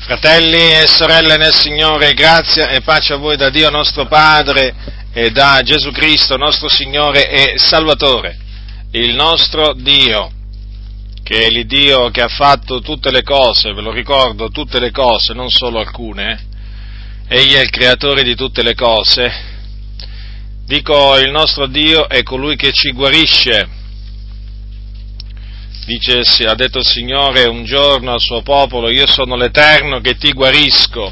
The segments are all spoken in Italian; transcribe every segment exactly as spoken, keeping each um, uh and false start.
Fratelli e sorelle nel Signore, grazia e pace a voi da Dio nostro Padre e da Gesù Cristo, nostro Signore e Salvatore. Il nostro Dio, che è l'Iddio che ha fatto tutte le cose, ve lo ricordo, tutte le cose, non solo alcune, Egli è il creatore di tutte le cose. Dico, il nostro Dio è colui che ci guarisce. Dice, ha detto il Signore un giorno al suo popolo: io sono l'Eterno che ti guarisco.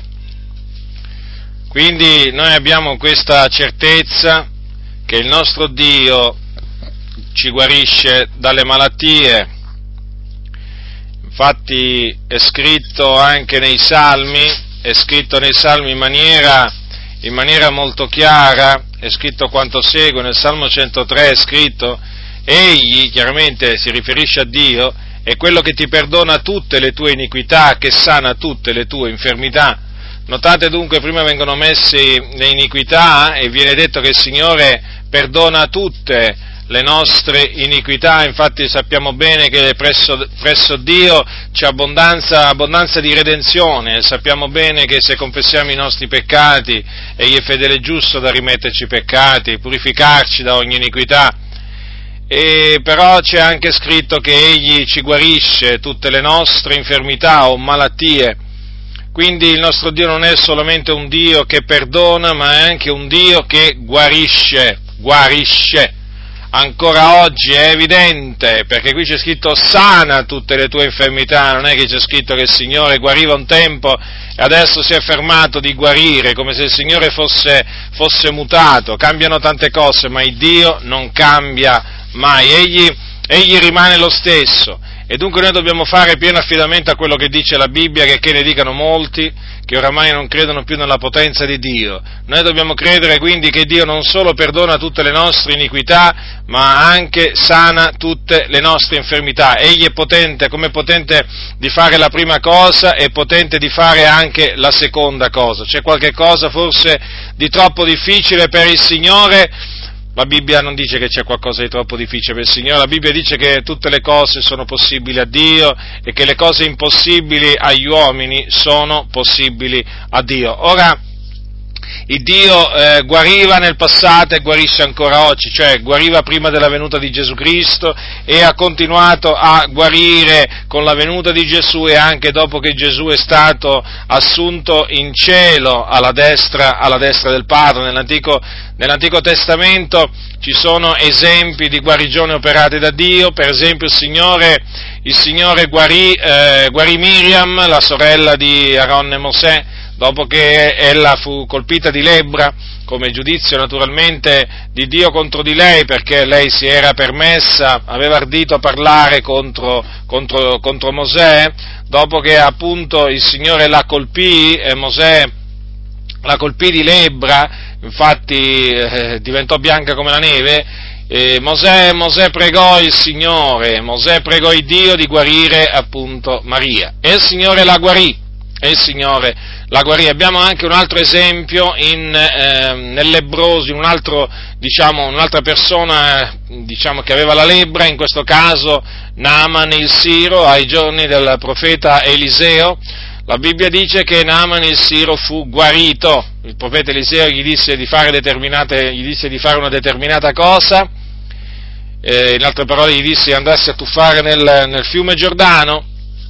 Quindi noi abbiamo questa certezza che il nostro Dio ci guarisce dalle malattie. Infatti è scritto anche nei Salmi, è scritto nei Salmi in maniera, in maniera molto chiara, è scritto quanto segue. Nel Salmo centotré è scritto: Egli, chiaramente si riferisce a Dio, è quello che ti perdona tutte le tue iniquità, che sana tutte le tue infermità. Notate dunque, prima vengono messi le iniquità e viene detto che il Signore perdona tutte le nostre iniquità. Infatti sappiamo bene che presso, presso Dio c'è abbondanza, abbondanza di redenzione. Sappiamo bene che se confessiamo i nostri peccati, Egli è fedele e giusto da rimetterci i peccati, purificarci da ogni iniquità. E però c'è anche scritto che Egli ci guarisce tutte le nostre infermità o malattie. Quindi il nostro Dio non è solamente un Dio che perdona, ma è anche un Dio che guarisce, guarisce. Ancora oggi è evidente, perché qui c'è scritto sana tutte le tue infermità, non è che c'è scritto che il Signore guariva un tempo e adesso si è fermato di guarire, come se il Signore fosse, fosse mutato. Cambiano tante cose, ma il Dio non cambia mai, egli, egli rimane lo stesso, e dunque noi dobbiamo fare pieno affidamento a quello che dice la Bibbia, che, che ne dicano molti che oramai non credono più nella potenza di Dio. Noi dobbiamo credere quindi che Dio non solo perdona tutte le nostre iniquità, ma anche sana tutte le nostre infermità. Egli è potente, come potente di fare la prima cosa, è potente di fare anche la seconda cosa. C'è qualche cosa forse di troppo difficile per il Signore? La Bibbia non dice che c'è qualcosa di troppo difficile per il Signore, la Bibbia dice che tutte le cose sono possibili a Dio e che le cose impossibili agli uomini sono possibili a Dio. Ora, il Dio eh, guariva nel passato e guarisce ancora oggi, cioè guariva prima della venuta di Gesù Cristo e ha continuato a guarire con la venuta di Gesù e anche dopo che Gesù è stato assunto in cielo alla destra, alla destra del Padre. Nell'Antico, nell'Antico Testamento ci sono esempi di guarigione operate da Dio. Per esempio il Signore, il Signore guarì, eh, guarì Miriam, la sorella di Aaron e Mosè, dopo che ella fu colpita di lebbra, come giudizio naturalmente di Dio contro di lei, perché lei si era permessa, aveva ardito a parlare contro, contro, contro Mosè. Dopo che appunto il Signore la colpì, e Mosè la colpì di lebbra, infatti eh, diventò bianca come la neve, e Mosè, Mosè pregò il Signore, Mosè pregò il Dio di guarire appunto Maria, e il Signore la guarì, e il Signore la guarì. Abbiamo anche un altro esempio in, eh, nel lebbroso, in un altro, diciamo, un'altra persona, diciamo, che aveva la lebbra, in questo caso Naaman il Siro, ai giorni del profeta Eliseo. La Bibbia dice che Naaman il Siro fu guarito. Il profeta Eliseo gli disse di fare determinate, gli disse di fare una determinata cosa, eh, in altre parole gli disse di andarsi a tuffare nel, nel fiume Giordano,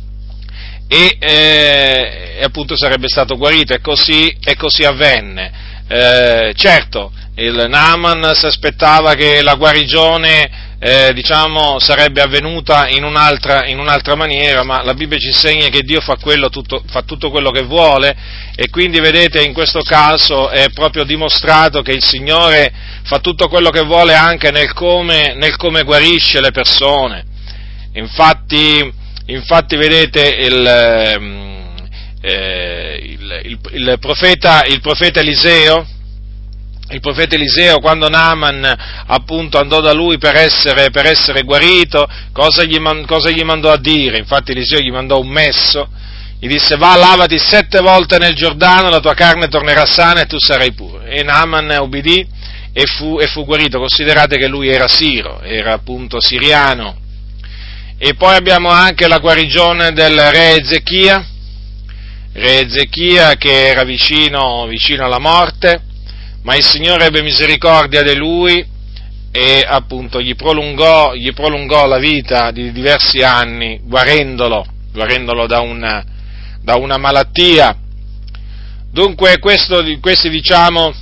e, eh, e appunto sarebbe stato guarito, e così, e così avvenne. Eh, certo, il Naaman si aspettava che la guarigione Eh, diciamo, sarebbe avvenuta in un'altra, in un'altra maniera, ma la Bibbia ci insegna che Dio fa, quello tutto, fa tutto quello che vuole, e quindi vedete, in questo caso è proprio dimostrato che il Signore fa tutto quello che vuole anche nel come, nel come guarisce le persone. Infatti, infatti vedete, il, eh, il, il, il, profeta, il profeta Eliseo, Il profeta Eliseo, quando Naaman appunto andò da lui per essere, per essere guarito, cosa gli, cosa gli mandò a dire? Infatti Eliseo gli mandò un messo, gli disse: va, lavati sette volte nel Giordano, la tua carne tornerà sana e tu sarai puro. E Naaman obbedì e fu, e fu guarito. Considerate che lui era siro, era appunto siriano. E poi abbiamo anche la guarigione del re Ezechia. re Ezechia che era vicino, vicino alla morte, ma il Signore ebbe misericordia di lui e appunto gli prolungò, gli prolungò la vita di diversi anni, guarendolo, guarendolo da una, da una malattia. Dunque questo, questi diciamo,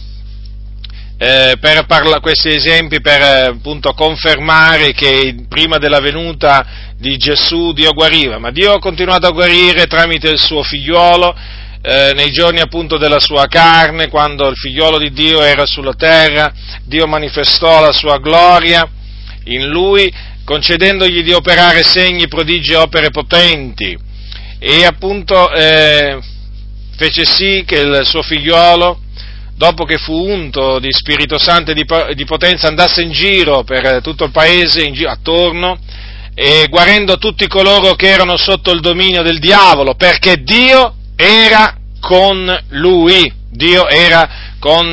eh, per parla, questi esempi per appunto confermare che prima della venuta di Gesù Dio guariva, ma Dio ha continuato a guarire tramite il suo figliuolo, eh, nei giorni appunto della sua carne, quando il figliuolo di Dio era sulla terra. Dio manifestò la sua gloria in lui, concedendogli di operare segni, prodigi e opere potenti, e appunto eh, fece sì che il suo figliuolo, dopo che fu unto di Spirito Santo e di, di potenza, andasse in giro per tutto il paese, in giro, attorno, e guarendo tutti coloro che erano sotto il dominio del diavolo, perché Dio era con lui, Dio era con,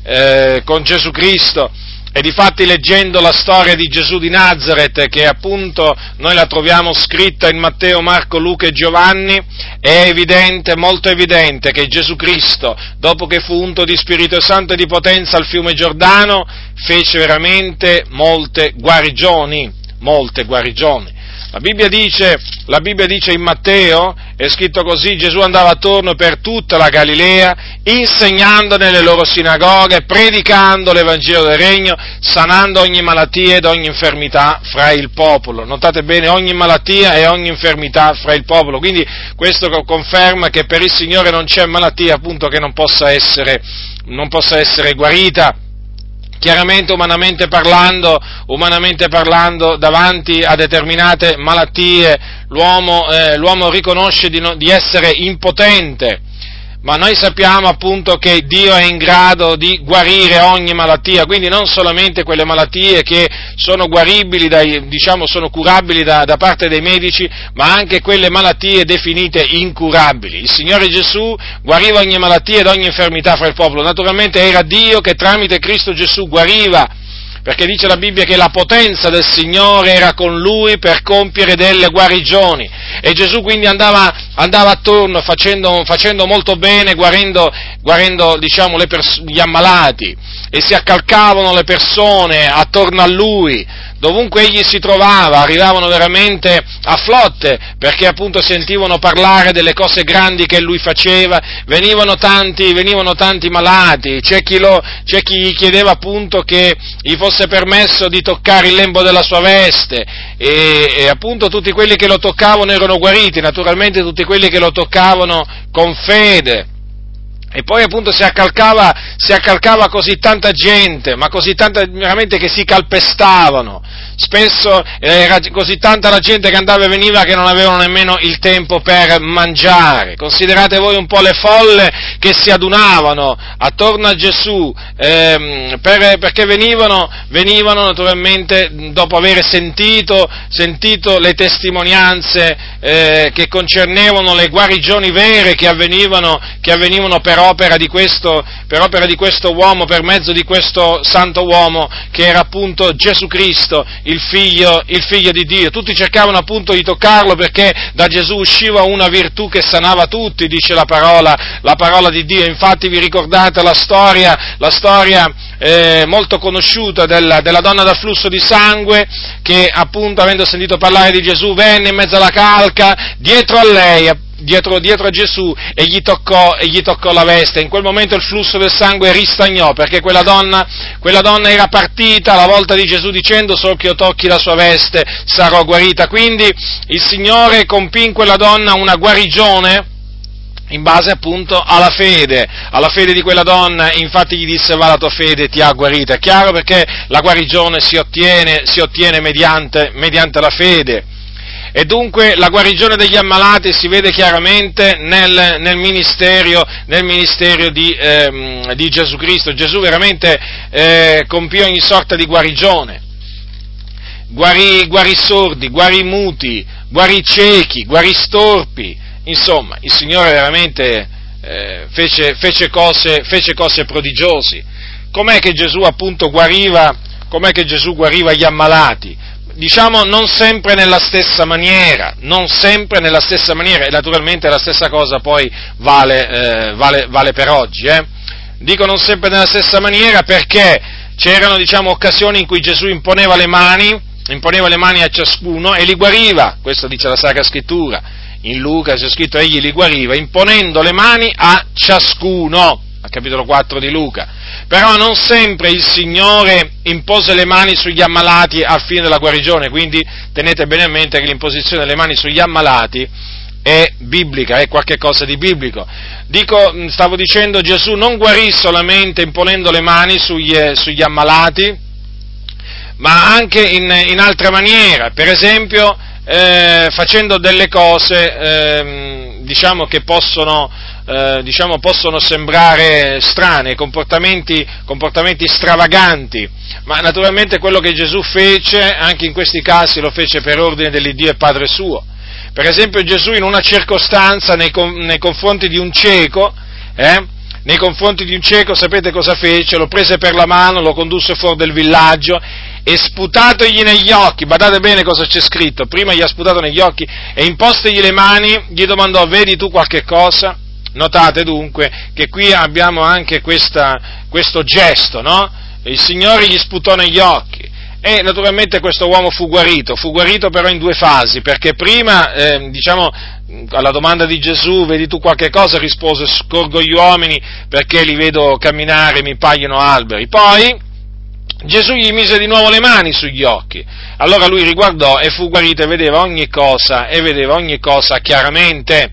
eh, con Gesù Cristo. E difatti, leggendo la storia di Gesù di Nazaret, che appunto noi la troviamo scritta in Matteo, Marco, Luca e Giovanni, è evidente, molto evidente, che Gesù Cristo, dopo che fu unto di Spirito Santo e di potenza al fiume Giordano, fece veramente molte guarigioni, molte guarigioni. La Bibbia dice, la Bibbia dice in Matteo, è scritto così: Gesù andava attorno per tutta la Galilea, insegnando nelle loro sinagoghe, predicando l'Evangelo del Regno, sanando ogni malattia ed ogni infermità fra il popolo. Notate bene, ogni malattia e ogni infermità fra il popolo. Quindi questo conferma che per il Signore non c'è malattia appunto che non possa essere, non possa essere guarita. Chiaramente, umanamente parlando, umanamente parlando, davanti a determinate malattie, l'uomo, eh, l'uomo riconosce di, no, di essere impotente, ma noi sappiamo appunto che Dio è in grado di guarire ogni malattia, quindi non solamente quelle malattie che sono guaribili, dai, diciamo sono curabili da, da parte dei medici, ma anche quelle malattie definite incurabili. Il Signore Gesù guariva ogni malattia ed ogni infermità fra il popolo. Naturalmente era Dio che tramite Cristo Gesù guariva, perché dice la Bibbia che la potenza del Signore era con lui per compiere delle guarigioni, e Gesù quindi andava, andava attorno facendo, facendo molto bene, guarendo, guarendo diciamo, le pers- gli ammalati, e si accalcavano le persone attorno a lui. Dovunque egli si trovava, arrivavano veramente a flotte, perché appunto sentivano parlare delle cose grandi che lui faceva. Venivano tanti, venivano tanti malati, c'è chi, lo, c'è chi gli chiedeva appunto che gli fosse permesso di toccare il lembo della sua veste, e, e appunto tutti quelli che lo toccavano erano guariti, naturalmente tutti quelli che lo toccavano con fede. E poi appunto si accalcava, si accalcava così tanta gente, ma così tanta veramente che si calpestavano. Spesso era così tanta la gente che andava e veniva che non avevano nemmeno il tempo per mangiare. Considerate voi un po' le folle che si adunavano attorno a Gesù, ehm, per, perché venivano, venivano naturalmente dopo aver sentito, sentito le testimonianze eh, che concernevano le guarigioni vere che avvenivano, che avvenivano per opera di questo, per opera di questo uomo, per mezzo di questo santo uomo che era appunto Gesù Cristo, il figlio, il figlio di Dio. Tutti cercavano appunto di toccarlo, perché da Gesù usciva una virtù che sanava tutti, dice la parola, la parola di Dio. Infatti vi ricordate la storia, la storia eh, molto conosciuta della, della donna dal flusso di sangue, che appunto, avendo sentito parlare di Gesù, venne in mezzo alla calca dietro a lei, Dietro, dietro a Gesù, e gli toccò, e gli toccò la veste. In quel momento il flusso del sangue ristagnò, perché quella donna, quella donna era partita alla volta di Gesù dicendo: solo che io tocchi la sua veste sarò guarita. Quindi il Signore compì in quella donna una guarigione in base appunto alla fede, alla fede di quella donna. Infatti gli disse: va, la tua fede ti ha guarita. È chiaro, perché la guarigione si ottiene, si ottiene mediante, mediante la fede. E dunque la guarigione degli ammalati si vede chiaramente nel, nel ministero, nel ministero di, ehm, di Gesù Cristo. Gesù veramente eh, compì ogni sorta di guarigione. Guarì, guarì sordi, guarì muti, guarì ciechi, guarì storpi. Insomma, il Signore veramente eh, fece, fece, cose, fece cose prodigiosi. Com'è che Gesù appunto guariva, com'è che Gesù guariva gli ammalati? diciamo, non sempre nella stessa maniera, non sempre nella stessa maniera, e naturalmente la stessa cosa poi vale, eh, vale, vale per oggi, eh. Dico non sempre nella stessa maniera perché c'erano, diciamo, occasioni in cui Gesù imponeva le mani, imponeva le mani a ciascuno e li guariva, questo dice la Sacra Scrittura, in Luca c'è scritto egli li guariva imponendo le mani a ciascuno, al capitolo quattro di Luca, però non sempre il Signore impose le mani sugli ammalati al fine della guarigione, quindi tenete bene a mente che l'imposizione delle mani sugli ammalati è biblica, è qualche cosa di biblico. Dico, stavo dicendo, Gesù non guarì solamente imponendo le mani sugli, sugli ammalati, ma anche in, in altra maniera, per esempio eh, facendo delle cose eh, diciamo che possono Eh, diciamo possono sembrare strane, comportamenti, comportamenti stravaganti, ma naturalmente quello che Gesù fece, anche in questi casi lo fece per ordine dell'Iddio e Padre suo. Per esempio Gesù in una circostanza nei, nei confronti di un cieco, eh, nei confronti di un cieco sapete cosa fece? Lo prese per la mano, lo condusse fuori del villaggio e sputatogli negli occhi, badate bene cosa c'è scritto, prima gli ha sputato negli occhi e impostegli le mani, gli domandò: vedi tu qualche cosa? Notate dunque che qui abbiamo anche questa, questo gesto, no? Il Signore gli sputò negli occhi e naturalmente questo uomo fu guarito, fu guarito però in due fasi, perché prima, eh, diciamo, alla domanda di Gesù, vedi tu qualche cosa? Rispose: scorgo gli uomini perché li vedo camminare, mi paiono alberi. Poi Gesù gli mise di nuovo le mani sugli occhi, allora lui riguardò e fu guarito e vedeva ogni cosa, e vedeva ogni cosa chiaramente.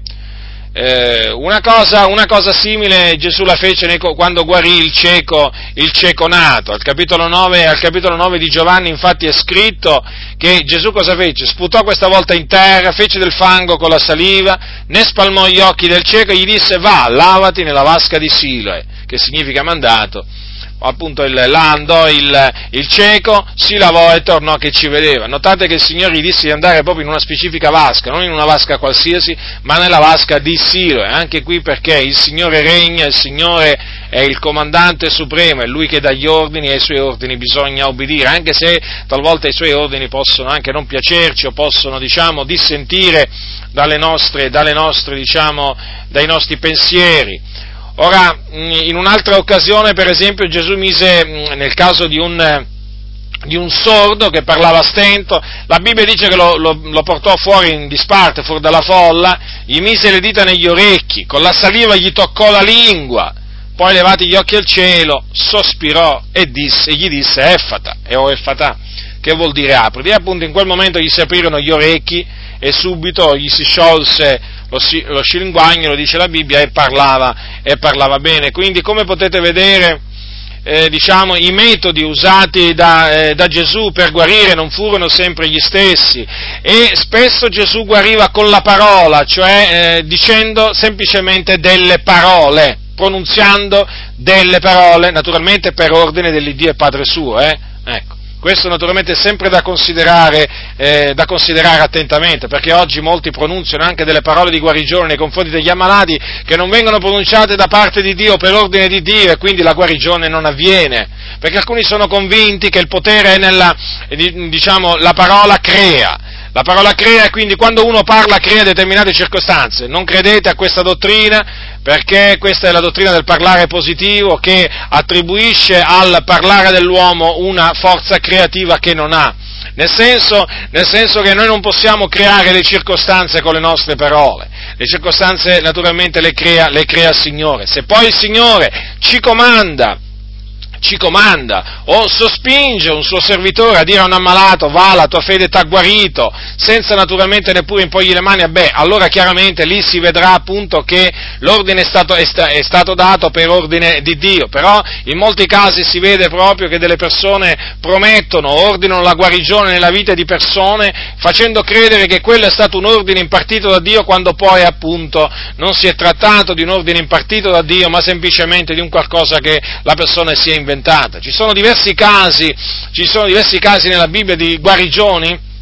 Eh, una cosa, una cosa simile Gesù la fece nei, quando guarì il cieco, il cieco nato. Al capitolo nove, al capitolo nove di Giovanni infatti è scritto che Gesù cosa fece? Sputò questa volta in terra, fece del fango con la saliva, ne spalmò gli occhi del cieco e gli disse: va, lavati nella vasca di Siloe, che significa mandato. Appunto il, là andò il, il cieco, si lavò e tornò che ci vedeva. Notate che il Signore gli disse di andare proprio in una specifica vasca, non in una vasca qualsiasi, ma nella vasca di Siloe. Anche qui perché il Signore regna, il Signore è il comandante supremo, è Lui che dà gli ordini e ai Suoi ordini bisogna obbedire, anche se talvolta i Suoi ordini possono anche non piacerci o possono, diciamo, dissentire dalle nostre, dalle nostre, diciamo, dai nostri pensieri. Ora, in un'altra occasione, per esempio, Gesù mise, nel caso di un, di un sordo che parlava a stento, la Bibbia dice che lo, lo, lo portò fuori in disparte, fuori dalla folla, gli mise le dita negli orecchi, con la saliva gli toccò la lingua, poi levati gli occhi al cielo, sospirò e, disse, e gli disse: effata, e o effatà, che vuol dire apriti. E appunto in quel momento gli si aprirono gli orecchi e subito gli si sciolse Lo, lo scilinguagno, lo dice la Bibbia, e parlava, e parlava bene. Quindi, come potete vedere, eh, diciamo, i metodi usati da, eh, da Gesù per guarire non furono sempre gli stessi, e spesso Gesù guariva con la parola, cioè eh, dicendo semplicemente delle parole, pronunziando delle parole, naturalmente per ordine dell'Iddio e Padre suo, eh? Ecco. Questo naturalmente è sempre da considerare, eh, da considerare attentamente, perché oggi molti pronunziano anche delle parole di guarigione nei confronti degli ammalati che non vengono pronunciate da parte di Dio per ordine di Dio, e quindi la guarigione non avviene, perché alcuni sono convinti che il potere è nella, diciamo, la parola crea. La parola crea, e quindi quando uno parla crea determinate circostanze. Non credete a questa dottrina, perché questa è la dottrina del parlare positivo, che attribuisce al parlare dell'uomo una forza creativa che non ha. Nel senso, nel senso che noi non possiamo creare le circostanze con le nostre parole. Le circostanze naturalmente le crea, le crea il Signore. Se poi il Signore ci comanda, ci comanda o sospinge un suo servitore a dire a un ammalato: va, la tua fede t'ha guarito, senza naturalmente neppure impogli le mani, beh, allora chiaramente lì si vedrà appunto che l'ordine è stato, è, sta, è stato dato per ordine di Dio. Però in molti casi si vede proprio che delle persone promettono, ordinano la guarigione nella vita di persone, facendo credere che quello è stato un ordine impartito da Dio, quando poi appunto non si è trattato di un ordine impartito da Dio, ma semplicemente di un qualcosa che la persona si è inventata. Ci sono diversi casi, ci sono diversi casi nella Bibbia di guarigioni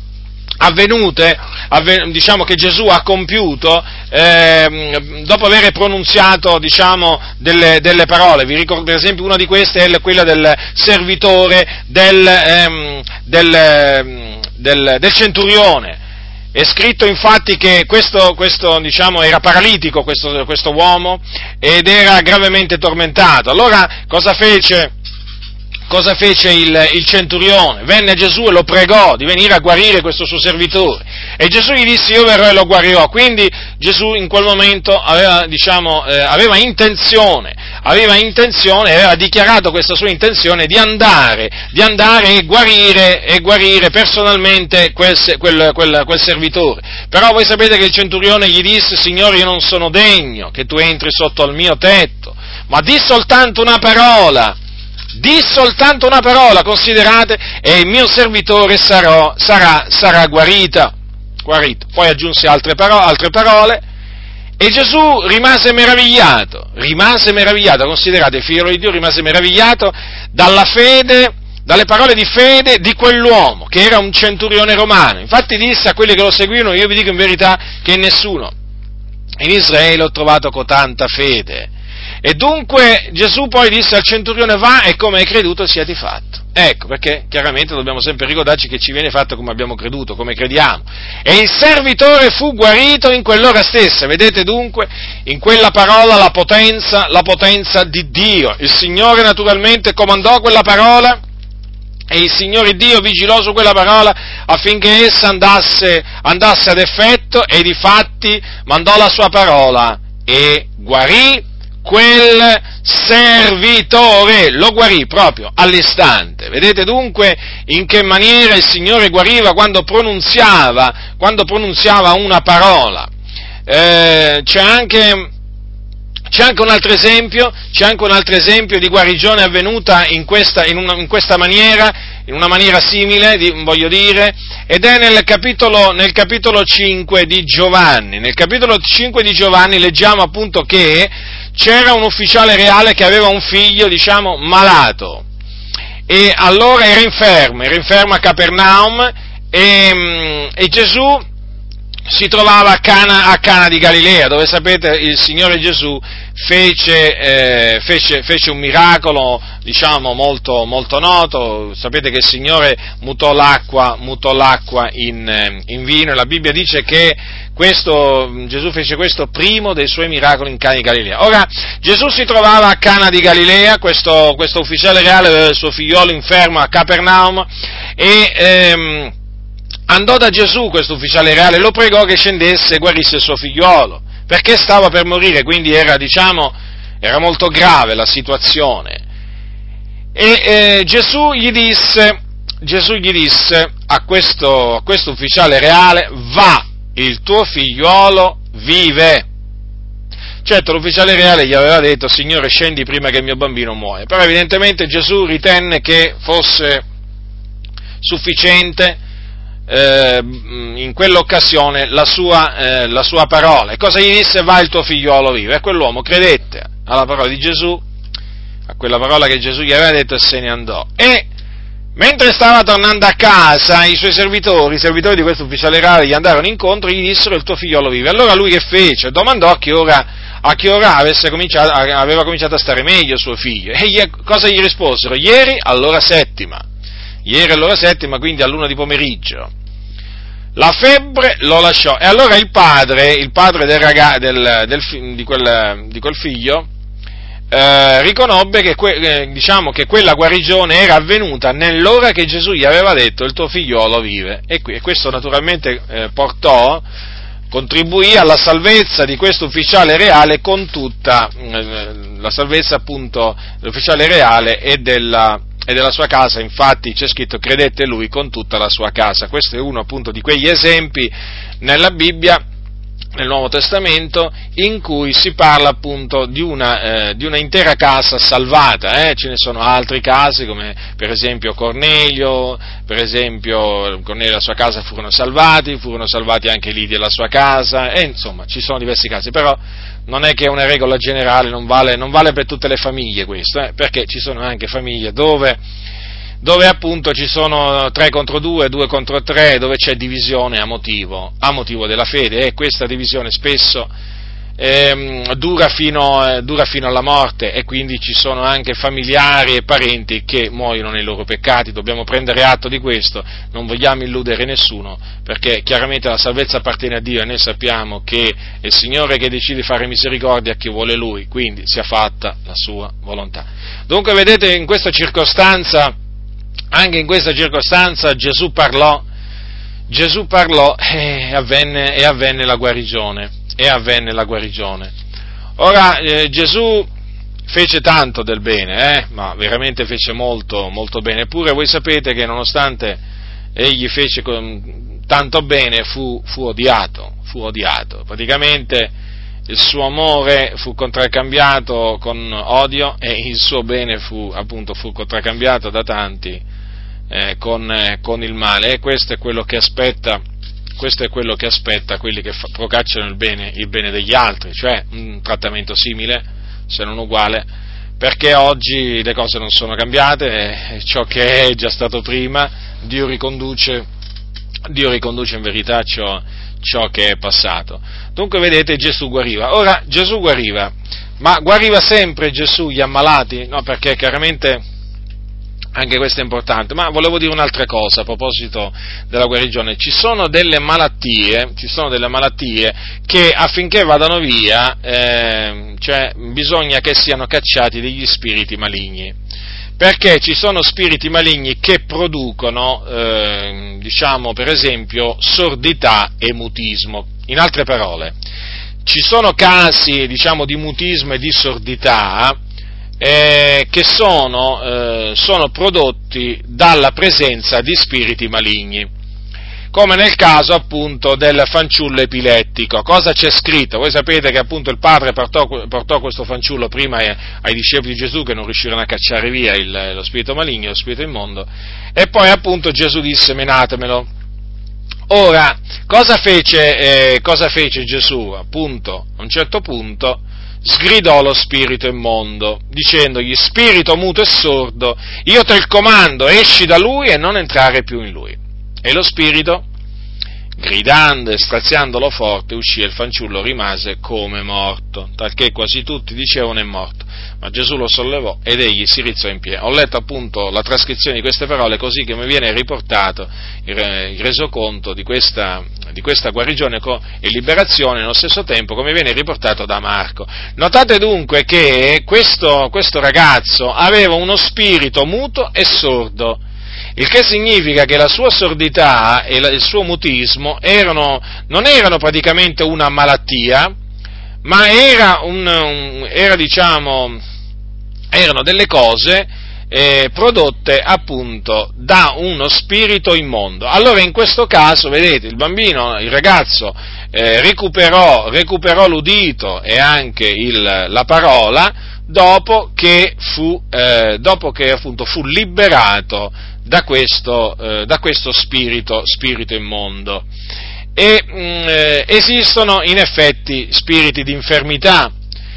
avvenute, avven- diciamo che Gesù ha compiuto eh, dopo aver pronunziato, diciamo, delle, delle parole. Vi ricordo, per esempio, una di queste è quella del servitore del, ehm, del, del, del centurione. È scritto infatti che questo, questo diciamo, era paralitico, questo, questo uomo, ed era gravemente tormentato. Allora cosa fece? Cosa fece il, il centurione? Venne a Gesù e lo pregò di venire a guarire questo suo servitore. E Gesù gli disse: io verrò e lo guarirò. Quindi Gesù in quel momento aveva, diciamo, eh, aveva intenzione, aveva intenzione, aveva dichiarato questa sua intenzione di andare, di andare e guarire, e guarire personalmente quel, quel, quel, quel servitore. Però voi sapete che il centurione gli disse: Signore, io non sono degno che tu entri sotto al mio tetto, ma di soltanto una parola. Di soltanto una parola, considerate, e il mio servitore sarò, sarà, sarà guarita, guarito. Poi aggiunse altre parole, altre parole, e Gesù rimase meravigliato, rimase meravigliato, considerate, il figlio di Dio rimase meravigliato dalla fede, dalle parole di fede di quell'uomo, che era un centurione romano. Infatti disse a quelli che lo seguivano: io vi dico in verità che in nessuno in Israele ho trovato cotanta fede. E dunque Gesù poi disse al centurione: va e come hai creduto siati fatto. Ecco, perché chiaramente dobbiamo sempre ricordarci che ci viene fatto come abbiamo creduto, come crediamo. E il servitore fu guarito in quell'ora stessa. Vedete dunque in quella parola la potenza, la potenza di Dio. Il Signore naturalmente comandò quella parola, e il Signore Dio vigilò su quella parola affinché essa andasse, andasse ad effetto, e difatti mandò la sua parola e guarì quel servitore, lo guarì proprio all'istante. Vedete dunque in che maniera il Signore guariva quando pronunziava, quando pronunziava una parola. Eh, c'è anche, c'è anche un altro esempio, c'è anche un altro esempio di guarigione avvenuta in questa, in una, in questa maniera, in una maniera simile, di, voglio dire, ed è nel capitolo, nel capitolo cinque di Giovanni. Nel capitolo cinque di Giovanni leggiamo appunto che c'era un ufficiale reale che aveva un figlio, diciamo, malato, e allora era infermo, era infermo a Capernaum, e, e Gesù si trovava a Cana, a Cana di Galilea, dove sapete il Signore Gesù fece, eh, fece, fece un miracolo, diciamo, molto, molto noto. Sapete che il Signore mutò l'acqua, mutò l'acqua in, in vino, e la Bibbia dice che questo, Gesù fece questo primo dei suoi miracoli in Cana di Galilea. Ora, Gesù si trovava a Cana di Galilea, questo, questo ufficiale reale aveva il suo figliolo infermo a Capernaum, e ehm, andò da Gesù questo ufficiale reale, lo pregò che scendesse e guarisse il suo figliolo, perché stava per morire, quindi era, diciamo, era molto grave la situazione. E eh, Gesù gli disse, Gesù gli disse a questo, a questo ufficiale reale: va, il tuo figliolo vive. Certo, l'ufficiale reale gli aveva detto: Signore, scendi prima che il mio bambino muoia. Però evidentemente Gesù ritenne che fosse sufficiente eh, in quell'occasione la sua, eh, la sua parola. E cosa gli disse? Va, il tuo figliolo vive. E quell'uomo credette alla parola di Gesù, a quella parola che Gesù gli aveva detto, e se ne andò. E mentre stava tornando a casa, i suoi servitori, i servitori di questo ufficiale reale, gli andarono incontro e gli dissero: il tuo figliolo vive. Allora lui che fece? Domandò a che ora, a che ora avesse cominciato, aveva cominciato a stare meglio suo figlio. E gli, cosa gli risposero? Ieri all'ora settima. Ieri all'ora settima, quindi all'una di pomeriggio. La febbre lo lasciò. E allora il padre, il padre del ragazzo, del, del, di, quel, di quel figlio, Eh, riconobbe che, que, eh, diciamo, che quella guarigione era avvenuta nell'ora che Gesù gli aveva detto: il tuo figliolo vive. E, qui, e questo naturalmente eh, portò, contribuì alla salvezza di questo ufficiale reale con tutta eh, la salvezza appunto dell'ufficiale reale e della, e della sua casa. Infatti c'è scritto: credette lui con tutta la sua casa. Questo è uno appunto di quegli esempi nella Bibbia, nel Nuovo Testamento, in cui si parla appunto di una, eh, di una intera casa salvata. Eh? Ce ne sono altri casi, come per esempio Cornelio, per esempio Cornelio e la sua casa furono salvati, furono salvati anche Lidia e la sua casa, e insomma ci sono diversi casi, però non è che è una regola generale, non vale, non vale per tutte le famiglie questo, eh? Perché ci sono anche famiglie dove dove appunto ci sono tre contro due, due contro tre, dove c'è divisione a motivo, a motivo della fede, e questa divisione spesso ehm, dura, fino, eh, dura fino alla morte, e quindi ci sono anche familiari e parenti che muoiono nei loro peccati. Dobbiamo prendere atto di questo, non vogliamo illudere nessuno, perché chiaramente la salvezza appartiene a Dio, e noi sappiamo che è il Signore che decide di fare misericordia a chi vuole Lui, quindi sia fatta la sua volontà. Dunque vedete, in questa circostanza, anche in questa circostanza Gesù parlò, Gesù parlò e avvenne, e avvenne la guarigione, e avvenne la guarigione. Ora, eh, Gesù fece tanto del bene, eh, ma veramente fece molto, molto bene, eppure voi sapete che nonostante egli fece con, tanto bene, fu, fu odiato, fu odiato, praticamente il suo amore fu contraccambiato con odio, e il suo bene fu, appunto, fu contraccambiato da tanti Eh, con, eh, con il male, e questo è quello che aspetta, questo è quello che aspetta quelli che fa, procacciano il bene, il bene degli altri, cioè un trattamento simile, se non uguale, perché oggi le cose non sono cambiate, e ciò che è già stato prima, Dio riconduce, Dio riconduce in verità ciò, ciò che è passato. Dunque vedete, Gesù guariva. Ora, Gesù guariva, ma guariva sempre Gesù gli ammalati? No, perché chiaramente anche questo è importante, ma volevo dire un'altra cosa a proposito della guarigione. Ci sono delle malattie, ci sono delle malattie che affinché vadano via, eh, cioè bisogna che siano cacciati degli spiriti maligni, perché ci sono spiriti maligni che producono, eh, diciamo per esempio, sordità e mutismo. In altre parole, ci sono casi, diciamo, di mutismo e di sordità Eh, che sono, eh, sono prodotti dalla presenza di spiriti maligni, come nel caso appunto del fanciullo epilettico. Cosa c'è scritto? Voi sapete che appunto il padre portò, portò questo fanciullo prima ai, ai discepoli di Gesù, che non riuscirono a cacciare via il, lo spirito maligno, lo spirito immondo, e poi appunto Gesù disse: menatemelo. Ora, cosa fece, eh, cosa fece Gesù? Appunto, a un certo punto sgridò lo spirito immondo, dicendogli: spirito muto e sordo, io te il comando, esci da lui e non entrare più in lui. E lo spirito, gridando e straziandolo forte, uscì, e il fanciullo rimase come morto, talché quasi tutti dicevano: è morto. Ma Gesù lo sollevò ed egli si rizzò in piedi. Ho letto appunto la trascrizione di queste parole così che mi viene riportato il, il resoconto di questa, di questa guarigione e liberazione nello stesso tempo, come viene riportato da Marco. Notate dunque che questo, questo ragazzo aveva uno spirito muto e sordo, il che significa che la sua sordità e il suo mutismo erano, non erano praticamente una malattia, ma era, un, un, era diciamo, erano delle cose eh, prodotte appunto da uno spirito immondo. Allora in questo caso, vedete, il bambino, il ragazzo eh, recuperò, recuperò l'udito e anche il, la parola dopo che fu, eh, dopo che appunto fu liberato da questo, eh, da questo spirito, spirito immondo. E mh, esistono in effetti spiriti di infermità,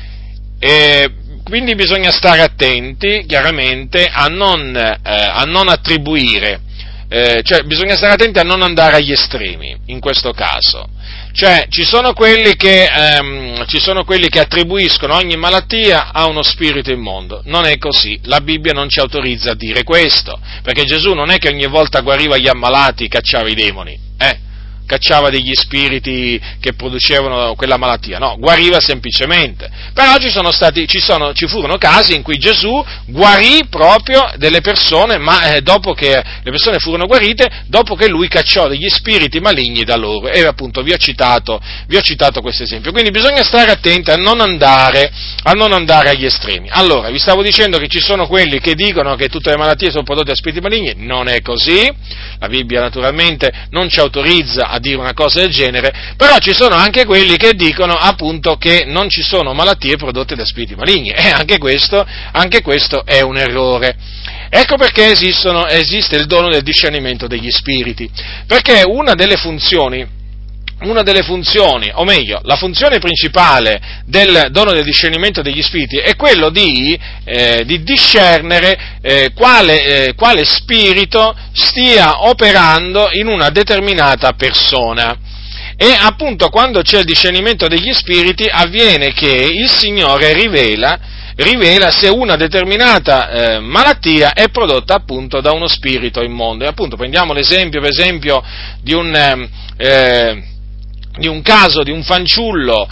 e quindi bisogna stare attenti chiaramente a non, eh, a non attribuire, eh, cioè bisogna stare attenti a non andare agli estremi in questo caso. Cioè ci sono quelli che, ehm, ci sono quelli che attribuiscono ogni malattia a uno spirito immondo. Non è così, la Bibbia non ci autorizza a dire questo, perché Gesù non è che ogni volta guariva gli ammalati cacciava i demoni, eh? cacciava degli spiriti che producevano quella malattia, no, guariva semplicemente. Però ci sono stati, ci sono, ci furono casi in cui Gesù guarì proprio delle persone, ma eh, dopo che le persone furono guarite, dopo che lui cacciò degli spiriti maligni da loro, e appunto vi ho citato, vi ho citato questo esempio. Quindi bisogna stare attenti a non andare, a non andare agli estremi. Allora, vi stavo dicendo che ci sono quelli che dicono che tutte le malattie sono prodotte da spiriti maligni. Non è così, la Bibbia naturalmente non ci autorizza a dire una cosa del genere, però ci sono anche quelli che dicono appunto che non ci sono malattie prodotte da spiriti maligni, e anche questo, anche questo è un errore. Ecco perché esistono, esiste il dono del discernimento degli spiriti, perché una delle funzioni una delle funzioni, o meglio, la funzione principale del dono del discernimento degli spiriti è quello di, eh, di discernere eh, quale, eh, quale spirito stia operando in una determinata persona. E appunto quando c'è il discernimento degli spiriti avviene che il Signore rivela, rivela se una determinata eh, malattia è prodotta appunto da uno spirito immondo. E appunto prendiamo l'esempio, per esempio, di un... Eh, di un caso di un fanciullo,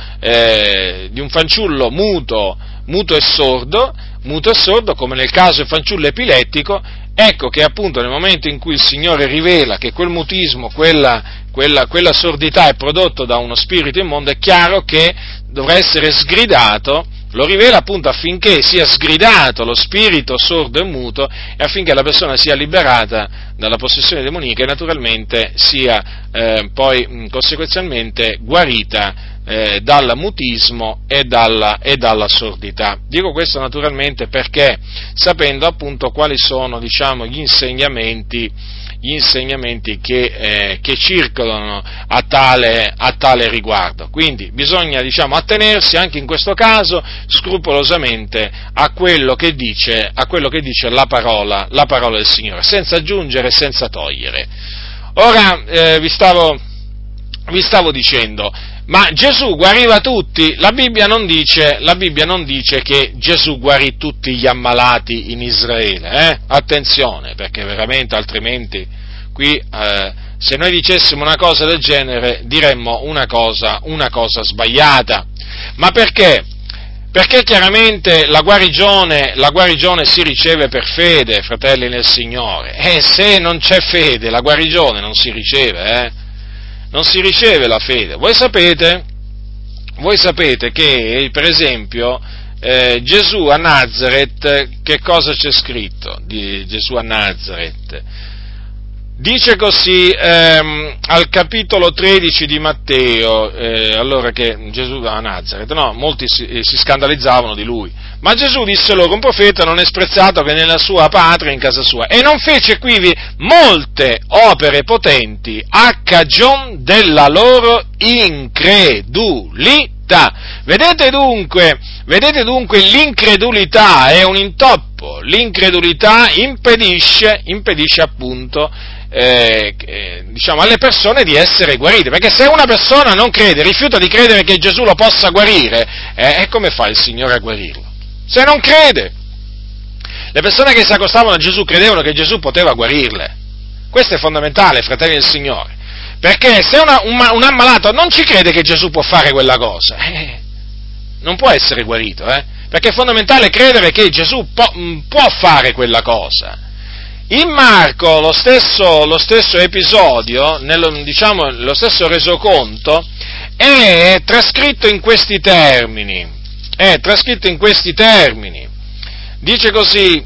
eh, di un fanciullo muto, muto e sordo, muto e sordo, come nel caso del fanciullo epilettico. Ecco che appunto nel momento in cui il Signore rivela che quel mutismo, quella, quella, quella sordità è prodotto da uno spirito immondo, è chiaro che dovrà essere sgridato. Lo rivela appunto affinché sia sgridato lo spirito sordo e muto e affinché la persona sia liberata dalla possessione demonica e naturalmente sia eh, poi mh, conseguenzialmente guarita eh, dal mutismo e dalla, e dalla sordità. Dico questo naturalmente perché sapendo appunto quali sono, diciamo, gli insegnamenti gli insegnamenti che, eh, che circolano a tale, a tale riguardo. Quindi bisogna, diciamo, attenersi anche in questo caso scrupolosamente a quello che dice, a quello che dice la parola, la parola del Signore, senza aggiungere e senza togliere. Ora eh, vi stavo, vi stavo dicendo, ma Gesù guariva tutti? La Bibbia non dice, la Bibbia non dice che Gesù guarì tutti gli ammalati in Israele, eh? Attenzione, perché veramente altrimenti qui, eh, se noi dicessimo una cosa del genere, diremmo una cosa, una cosa sbagliata. Ma perché? Perché chiaramente la guarigione, la guarigione si riceve per fede, fratelli nel Signore, e se non c'è fede, la guarigione non si riceve, eh? Non si riceve la fede. Voi sapete, voi sapete che, per esempio, eh, Gesù a Nazaret, che cosa c'è scritto di Gesù a Nazaret? Dice così ehm, al capitolo tredici di Matteo, eh, allora che Gesù a Nazaret, no, molti si, eh, si scandalizzavano di lui, ma Gesù disse loro: un profeta non è sprezzato che nella sua patria e in casa sua, e non fece quivi molte opere potenti a cagion della loro incredulità. Vedete dunque, vedete dunque l'incredulità è un intoppo, l'incredulità impedisce, impedisce appunto Eh, eh, diciamo alle persone di essere guarite, perché se una persona non crede, rifiuta di credere che Gesù lo possa guarire, eh, e come fa il Signore a guarirlo? Se non crede. Le persone che si accostavano a Gesù credevano che Gesù poteva guarirle. Questo è fondamentale, fratelli del Signore, perché se una, un, un ammalato non ci crede che Gesù può fare quella cosa, eh, non può essere guarito, eh, perché è fondamentale credere che Gesù può, può fare quella cosa. In Marco lo stesso, lo stesso episodio, nello, diciamo lo stesso resoconto, è trascritto in questi termini, è trascritto in questi termini, dice così: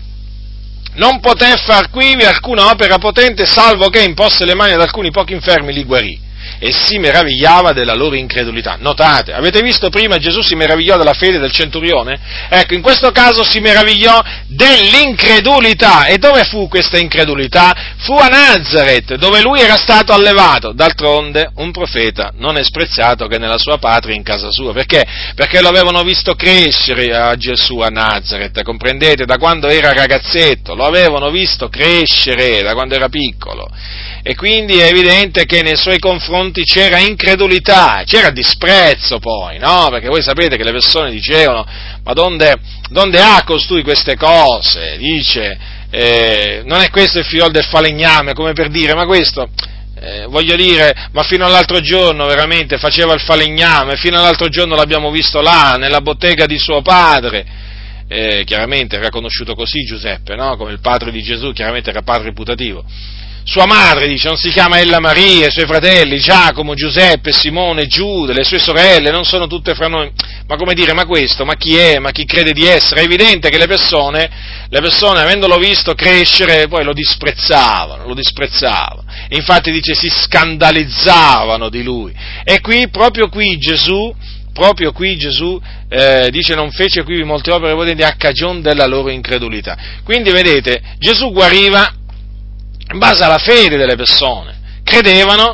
non poté far quivi alcuna opera potente, salvo che imposse le mani ad alcuni pochi infermi li guarì, e si meravigliava della loro incredulità. Notate, avete visto prima Gesù si meravigliò della fede del centurione? Ecco, in questo caso si meravigliò dell'incredulità. E dove fu questa incredulità? Fu a Nazaret, dove lui era stato allevato. D'altronde, un profeta non è sprezzato che nella sua patria e in casa sua. Perché? Perché lo avevano visto crescere a Gesù a Nazaret, comprendete? Da quando era ragazzetto, lo avevano visto crescere da quando era piccolo. E quindi è evidente che nei suoi confronti c'era incredulità, c'era disprezzo poi, no? Perché voi sapete che le persone dicevano: ma donde, donde ha costui queste cose? Dice, eh, non è questo il figlio del falegname, come per dire, ma questo, eh, voglio dire, ma fino all'altro giorno veramente faceva il falegname, fino all'altro giorno l'abbiamo visto là, nella bottega di suo padre. Eh, chiaramente era conosciuto così Giuseppe, no? Come il padre di Gesù, chiaramente era padre putativo. Sua madre, dice, non si chiama ella Maria, i suoi fratelli Giacomo, Giuseppe, Simone, Giuda, le sue sorelle non sono tutte fra noi. Ma come dire, ma questo, ma chi è, ma chi crede di essere? È evidente che le persone, le persone avendolo visto crescere, poi lo disprezzavano, lo disprezzavano. E infatti dice, si scandalizzavano di lui. E qui, proprio qui Gesù, proprio qui Gesù eh, dice: non fece qui molte opere potenti a cagion della loro incredulità. Quindi vedete, Gesù guariva in base alla fede delle persone. Credevano,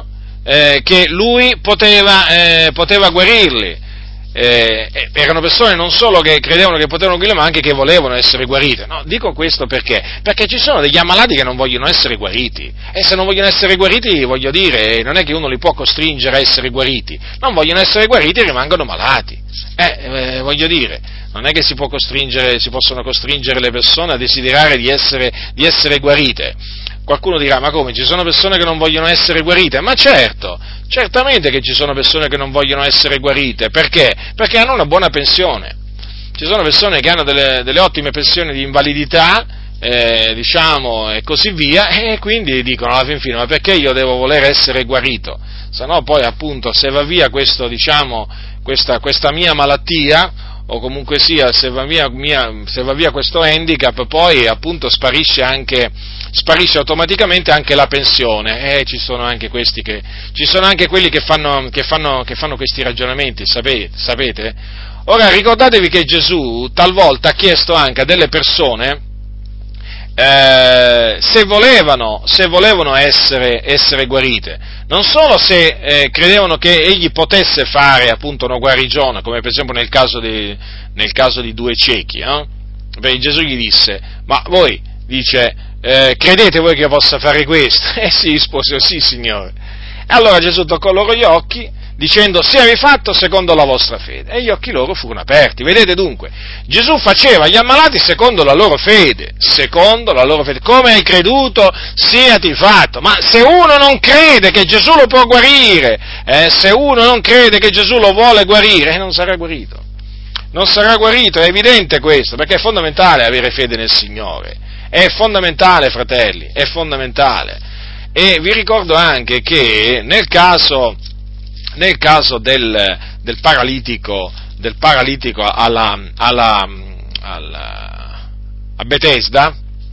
eh, che lui poteva, eh, poteva guarirli. Eh, erano persone non solo che credevano che potevano guarire, ma anche che volevano essere guarite. No, dico questo perché? Perché ci sono degli ammalati che non vogliono essere guariti, e se non vogliono essere guariti, voglio dire, non è che uno li può costringere a essere guariti, non vogliono essere guariti e rimangono malati. Eh, eh, voglio dire, non è che si può costringere, si possono costringere le persone a desiderare di essere, di essere guarite. Qualcuno dirà, ma come, ci sono persone che non vogliono essere guarite? Ma certo, certamente che ci sono persone che non vogliono essere guarite, perché? Perché hanno una buona pensione. Ci sono persone che hanno delle, delle ottime pensioni di invalidità, eh, diciamo, e così via, e quindi dicono alla fin fine, ma perché io devo voler essere guarito? Se no poi appunto se va via questo, diciamo, questa, questa mia malattia, o comunque sia, se va via, mia, se va via questo handicap, poi appunto sparisce anche, sparisce automaticamente anche la pensione, e ci sono anche questi che, ci sono anche quelli che fanno, che fanno, che fanno questi ragionamenti, sapete, sapete? Ora ricordatevi che Gesù talvolta ha chiesto anche a delle persone, Eh, se volevano, se volevano essere, essere guarite, non solo se eh, credevano che egli potesse fare appunto una guarigione, come per esempio nel caso di, nel caso di due ciechi, eh? Perché Gesù gli disse, ma voi, dice, eh, credete voi che io possa fare questo? Eh sì, risposero, sì signore. E allora Gesù toccò loro gli occhi, dicendo, siavi fatto secondo la vostra fede, e gli occhi loro furono aperti. Vedete dunque, Gesù faceva gli ammalati secondo la loro fede, secondo la loro fede, come hai creduto siati fatto. Ma se uno non crede che Gesù lo può guarire, eh, se uno non crede che Gesù lo vuole guarire, eh, non sarà guarito, non sarà guarito, è evidente questo, perché è fondamentale avere fede nel Signore, è fondamentale, fratelli, è fondamentale. E vi ricordo anche che nel caso Nel caso del, del paralitico, del paralitico alla, alla, alla, a Betesda,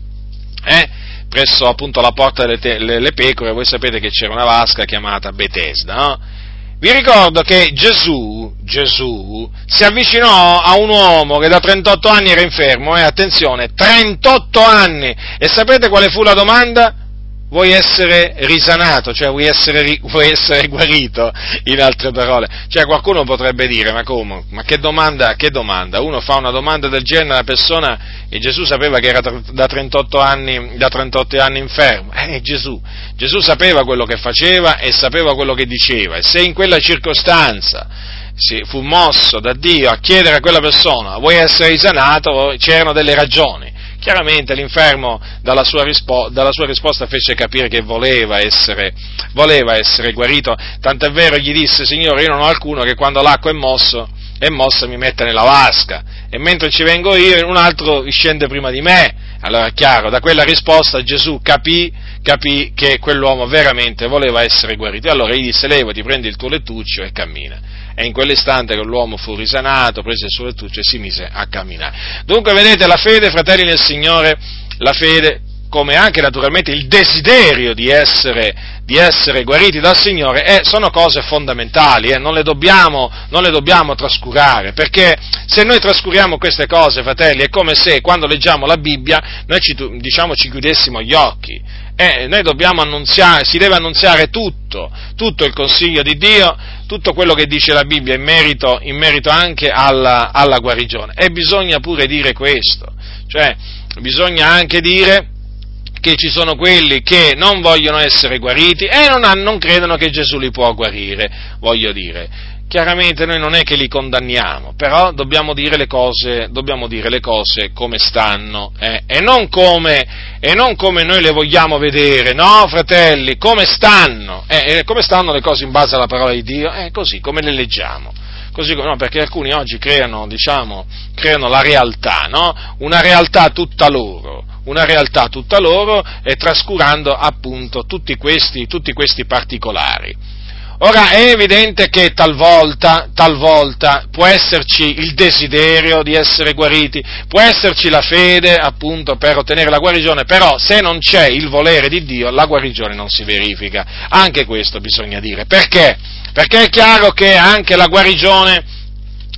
eh, presso appunto la porta delle te, le, le pecore, voi sapete che c'era una vasca chiamata Betesda, no? Vi ricordo che Gesù, Gesù si avvicinò a un uomo che da trentotto anni era infermo, e eh, attenzione, trentotto anni, e sapete quale fu la domanda? Vuoi essere risanato, cioè vuoi essere, vuoi essere guarito, in altre parole. Cioè qualcuno potrebbe dire, ma come? Ma che domanda, che domanda? Uno fa una domanda del genere a una persona, e Gesù sapeva che era da trentotto anni, da trentotto anni infermo. Eh, Gesù, Gesù sapeva quello che faceva e sapeva quello che diceva, e se in quella circostanza si fu mosso da Dio a chiedere a quella persona, vuoi essere risanato, c'erano delle ragioni. Chiaramente l'infermo dalla sua, rispo- dalla sua risposta fece capire che voleva essere, voleva essere guarito, tant'è vero gli disse, Signore, io non ho alcuno che quando l'acqua è mosso, è mossa mi metta nella vasca, e mentre ci vengo io un altro scende prima di me. Allora è chiaro, da quella risposta Gesù capì, capì che quell'uomo veramente voleva essere guarito, e allora gli disse, levati, prendi il tuo lettuccio e cammina. E in quell'istante che l'uomo fu risanato, prese il suo lettuccio e si mise a camminare. Dunque vedete, la fede, fratelli nel Signore, la fede, come anche naturalmente il desiderio di essere, di essere guariti dal Signore, eh, sono cose fondamentali, eh, non le dobbiamo, non le dobbiamo trascurare, perché se noi trascuriamo queste cose, fratelli, è come se quando leggiamo la Bibbia noi ci, diciamo, ci chiudessimo gli occhi. Eh, noi dobbiamo annunziare, si deve annunziare tutto, tutto il consiglio di Dio, tutto quello che dice la Bibbia in merito, in merito anche alla, alla guarigione. E bisogna pure dire questo, cioè bisogna anche dire che ci sono quelli che non vogliono essere guariti e non, hanno, non credono che Gesù li può guarire, voglio dire. Chiaramente noi non è che li condanniamo, però dobbiamo dire le cose, dobbiamo dire le cose come stanno, eh, e, non come, e non come noi le vogliamo vedere, no fratelli, come stanno, eh, e come stanno le cose in base alla parola di Dio, eh, così come le leggiamo. Così, no, perché alcuni oggi creano, diciamo, creano la realtà, no? Una realtà tutta loro, una realtà tutta loro, e trascurando appunto tutti questi, tutti questi particolari. Ora è evidente che talvolta, talvolta può esserci il desiderio di essere guariti, può esserci la fede appunto per ottenere la guarigione, però se non c'è il volere di Dio la guarigione non si verifica, anche questo bisogna dire. Perché? Perché è chiaro che anche la guarigione,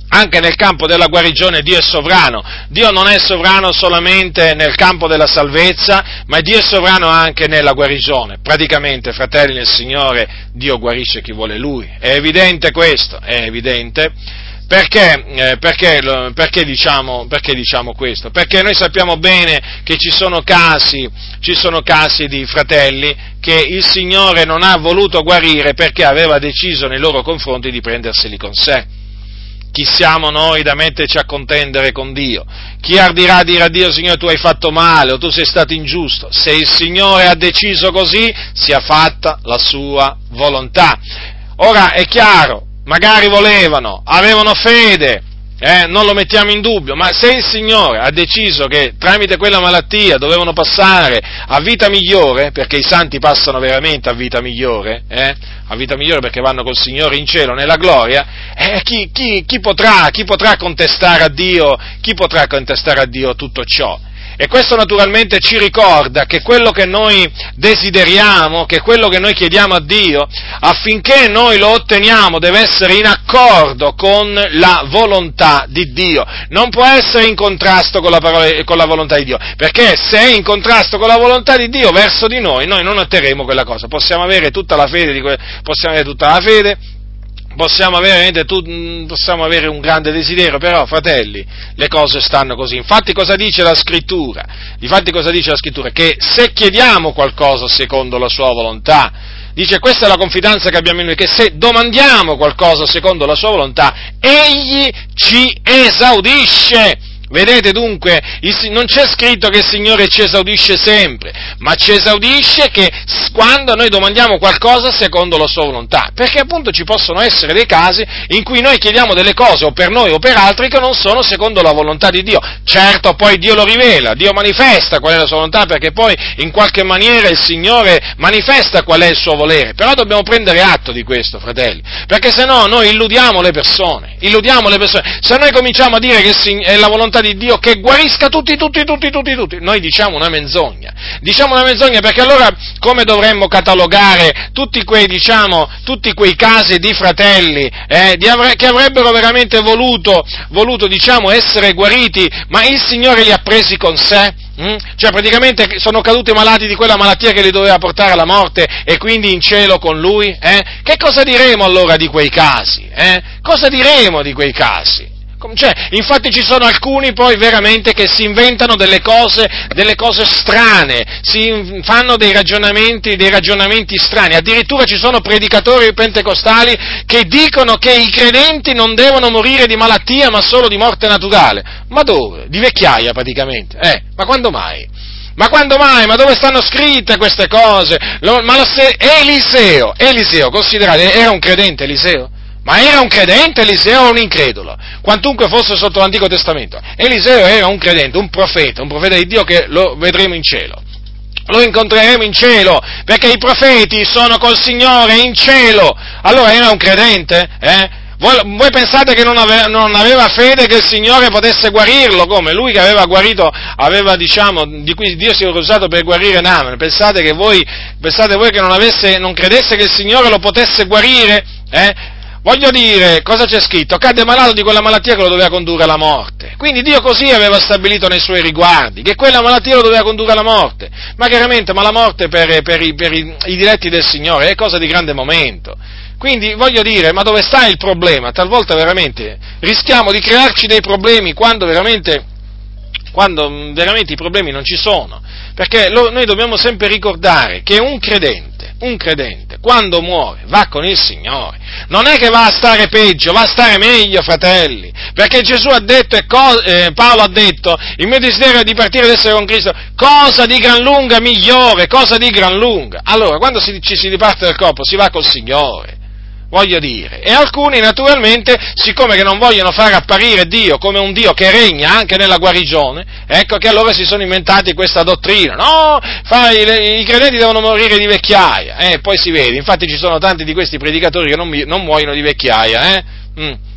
anche nel campo della guarigione Dio è sovrano. Dio non è sovrano solamente nel campo della salvezza, ma Dio è sovrano anche nella guarigione. Praticamente, fratelli nel Signore, Dio guarisce chi vuole Lui. È evidente questo, è evidente. Perché, eh, perché, perché, diciamo, perché diciamo questo? Perché noi sappiamo bene che ci sono casi, ci sono casi di fratelli che il Signore non ha voluto guarire perché aveva deciso nei loro confronti di prenderseli con sé. Chi siamo noi da metterci a contendere con Dio? Chi ardirà a dire a Dio, Signore, tu hai fatto male o tu sei stato ingiusto? Se il Signore ha deciso così, sia fatta la sua volontà. Ora è chiaro, magari volevano, avevano fede, eh, non lo mettiamo in dubbio, ma se il Signore ha deciso che tramite quella malattia dovevano passare a vita migliore, perché i santi passano veramente a vita migliore, eh, a vita migliore perché vanno col Signore in cielo, nella gloria, eh, chi, chi, chi potrà, chi potrà contestare a Dio, chi potrà contestare a Dio tutto ciò? E questo naturalmente ci ricorda che quello che noi desideriamo, che quello che noi chiediamo a Dio, affinché noi lo otteniamo, deve essere in accordo con la volontà di Dio. Non può essere in contrasto con la, parola, con la volontà di Dio, perché se è in contrasto con la volontà di Dio verso di noi, noi non otterremo quella cosa. Possiamo avere tutta la fede, di que- possiamo avere tutta la fede, Possiamo avere, possiamo avere un grande desiderio, però, fratelli, le cose stanno così. Infatti cosa dice la Scrittura? Infatti cosa dice la Scrittura? Che se chiediamo qualcosa secondo la sua volontà, dice questa è la confidenza che abbiamo in noi, che se domandiamo qualcosa secondo la sua volontà, Egli ci esaudisce. Vedete dunque, non c'è scritto che il Signore ci esaudisce sempre, ma ci esaudisce che quando noi domandiamo qualcosa secondo la sua volontà, perché appunto ci possono essere dei casi in cui noi chiediamo delle cose o per noi o per altri che non sono secondo la volontà di Dio. Certo, poi Dio lo rivela, Dio manifesta qual è la sua volontà, perché poi in qualche maniera il Signore manifesta qual è il suo volere, però dobbiamo prendere atto di questo, fratelli, perché se no noi illudiamo le persone, illudiamo le persone. Se noi cominciamo a dire che è la volontà di Dio che guarisca tutti, tutti, tutti, tutti, tutti, noi diciamo una menzogna, diciamo una menzogna, perché allora come dovremmo catalogare tutti quei, diciamo, tutti quei casi di fratelli eh, di avre- che avrebbero veramente voluto, voluto, diciamo, essere guariti, ma il Signore li ha presi con sé? Mm? Cioè praticamente sono caduti malati di quella malattia che li doveva portare alla morte e quindi in cielo con Lui? Eh? Che cosa diremo allora di quei casi? Eh? Cosa diremo di quei casi? Cioè, infatti ci sono alcuni poi veramente che si inventano delle cose, delle cose strane, si fanno dei ragionamenti, dei ragionamenti strani, addirittura ci sono predicatori pentecostali che dicono che i credenti non devono morire di malattia ma solo di morte naturale. Ma dove? Di vecchiaia praticamente, eh, ma quando mai? Ma quando mai? Ma dove stanno scritte queste cose? Lo, ma lo se, Eliseo, Eliseo, considerate, era un credente Eliseo? Ma era un credente Eliseo o un incredulo? Quantunque fosse sotto l'Antico Testamento. Eliseo era un credente, un profeta, un profeta di Dio che lo vedremo in cielo. Lo incontreremo in cielo, perché i profeti sono col Signore in cielo. Allora era un credente? Eh? Voi, voi pensate che non aveva, non aveva fede che il Signore potesse guarirlo? Come? Lui che aveva guarito, aveva, diciamo, di cui Dio si era usato per guarire Naaman. Pensate che voi, pensate voi che non avesse, non credesse che il Signore lo potesse guarire? Eh? Voglio dire, cosa c'è scritto? Cadde malato di quella malattia che lo doveva condurre alla morte. Quindi Dio così aveva stabilito nei suoi riguardi, che quella malattia lo doveva condurre alla morte. Ma chiaramente, ma la morte per, per, i, per i, i diletti del Signore è cosa di grande momento. Quindi voglio dire, ma dove sta il problema? Talvolta veramente rischiamo di crearci dei problemi quando veramente, quando veramente i problemi non ci sono. Perché lo, noi dobbiamo sempre ricordare che un credente, un credente, quando muore, va con il Signore. Non è che va a stare peggio, va a stare meglio, fratelli. Perché Gesù ha detto, e co- eh, Paolo ha detto, il mio desiderio è di partire ed essere con Cristo, cosa di gran lunga migliore, cosa di gran lunga. Allora, quando si, ci si diparte dal corpo, si va col Signore. Voglio dire, e alcuni naturalmente, siccome che non vogliono far apparire Dio come un Dio che regna anche nella guarigione, ecco che allora si sono inventati questa dottrina, no, fai, le, i credenti devono morire di vecchiaia, e eh, poi si vede, infatti ci sono tanti di questi predicatori che non, non muoiono di vecchiaia, eh? Mm.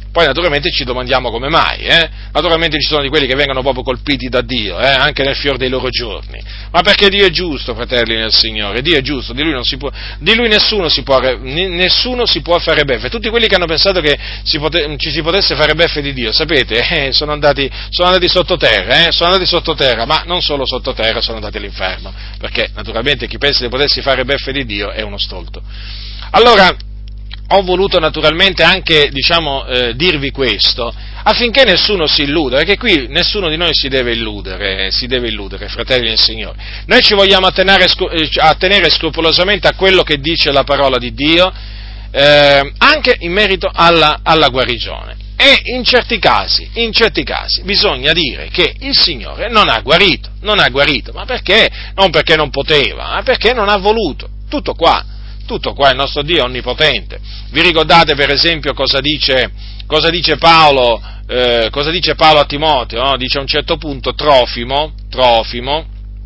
Poi naturalmente ci domandiamo come mai, eh? Naturalmente ci sono di quelli che vengono proprio colpiti da Dio, eh? Anche nel fior dei loro giorni. Ma perché Dio è giusto, fratelli nel Signore, Dio è giusto, di Lui non si può, di Lui nessuno si può, nessuno si può fare beffe. Tutti quelli che hanno pensato che si pote, ci si potesse fare beffe di Dio, sapete, eh, sono andati, sono andati sottoterra, eh? Sono andati sottoterra, ma non solo sottoterra, sono andati all'inferno, perché naturalmente chi pensa di potersi fare beffe di Dio è uno stolto. Allora, ho voluto naturalmente anche, diciamo, eh, dirvi questo, affinché nessuno si illuda, perché qui nessuno di noi si deve illudere, si deve illudere, fratelli del Signore. Noi ci vogliamo attenere, attenere scrupolosamente a quello che dice la parola di Dio, eh, anche in merito alla, alla guarigione. E in certi casi, in certi casi, bisogna dire che il Signore non ha guarito, non ha guarito, ma perché? Non perché non poteva, ma perché non ha voluto, tutto qua. Tutto qua, il nostro Dio è onnipotente. Vi ricordate per esempio cosa dice, cosa dice Paolo, eh, cosa dice Paolo a Timoteo? No? Dice a un certo punto Trofimo, Trofimo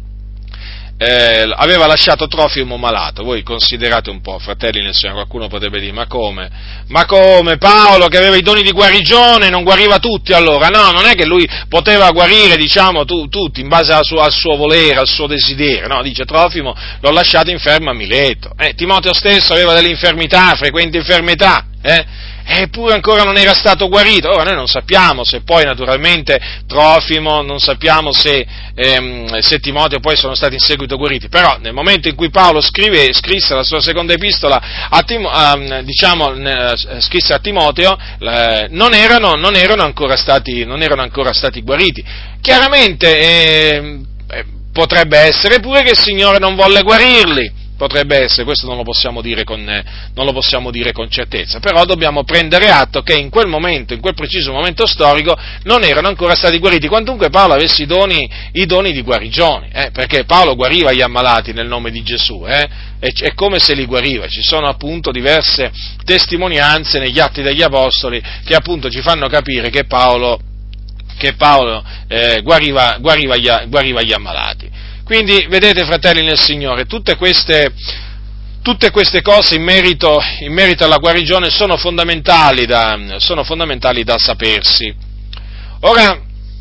eh, aveva lasciato Trofimo malato. Voi considerate un po', fratelli nel Signore, qualcuno potrebbe dire, ma come? Ma come? Paolo che aveva i doni di guarigione non guariva tutti allora? No, non è che lui poteva guarire, diciamo, tu, tutti in base al suo, al suo volere, al suo desiderio. No, dice Trofimo, l'ho lasciato infermo a Mileto. Eh, Timoteo stesso aveva delle infermità, frequenti infermità, eh? Eppure ancora non era stato guarito. Ora noi non sappiamo se poi naturalmente Trofimo, non sappiamo se, ehm, se Timoteo poi sono stati in seguito guariti, però nel momento in cui Paolo scrive, scrisse la sua seconda epistola a, Tim, a, diciamo, scrisse a Timoteo, eh, non, erano, non, erano ancora stati, non erano ancora stati guariti. Chiaramente eh, potrebbe essere pure che il Signore non volle guarirli. Potrebbe essere, questo non lo possiamo dire con, non lo possiamo dire con certezza, però dobbiamo prendere atto che in quel momento, in quel preciso momento storico, non erano ancora stati guariti, quantunque Paolo avesse i doni, i doni di guarigione, eh, perché Paolo guariva gli ammalati nel nome di Gesù, eh, e, è come se li guariva. Ci sono appunto diverse testimonianze negli Atti degli Apostoli che appunto ci fanno capire che Paolo, che Paolo eh, guariva, guariva, gli, guariva gli ammalati. Quindi, vedete, fratelli nel Signore, tutte queste, tutte queste cose in merito, in merito alla guarigione sono fondamentali da, sono fondamentali da sapersi. Ora,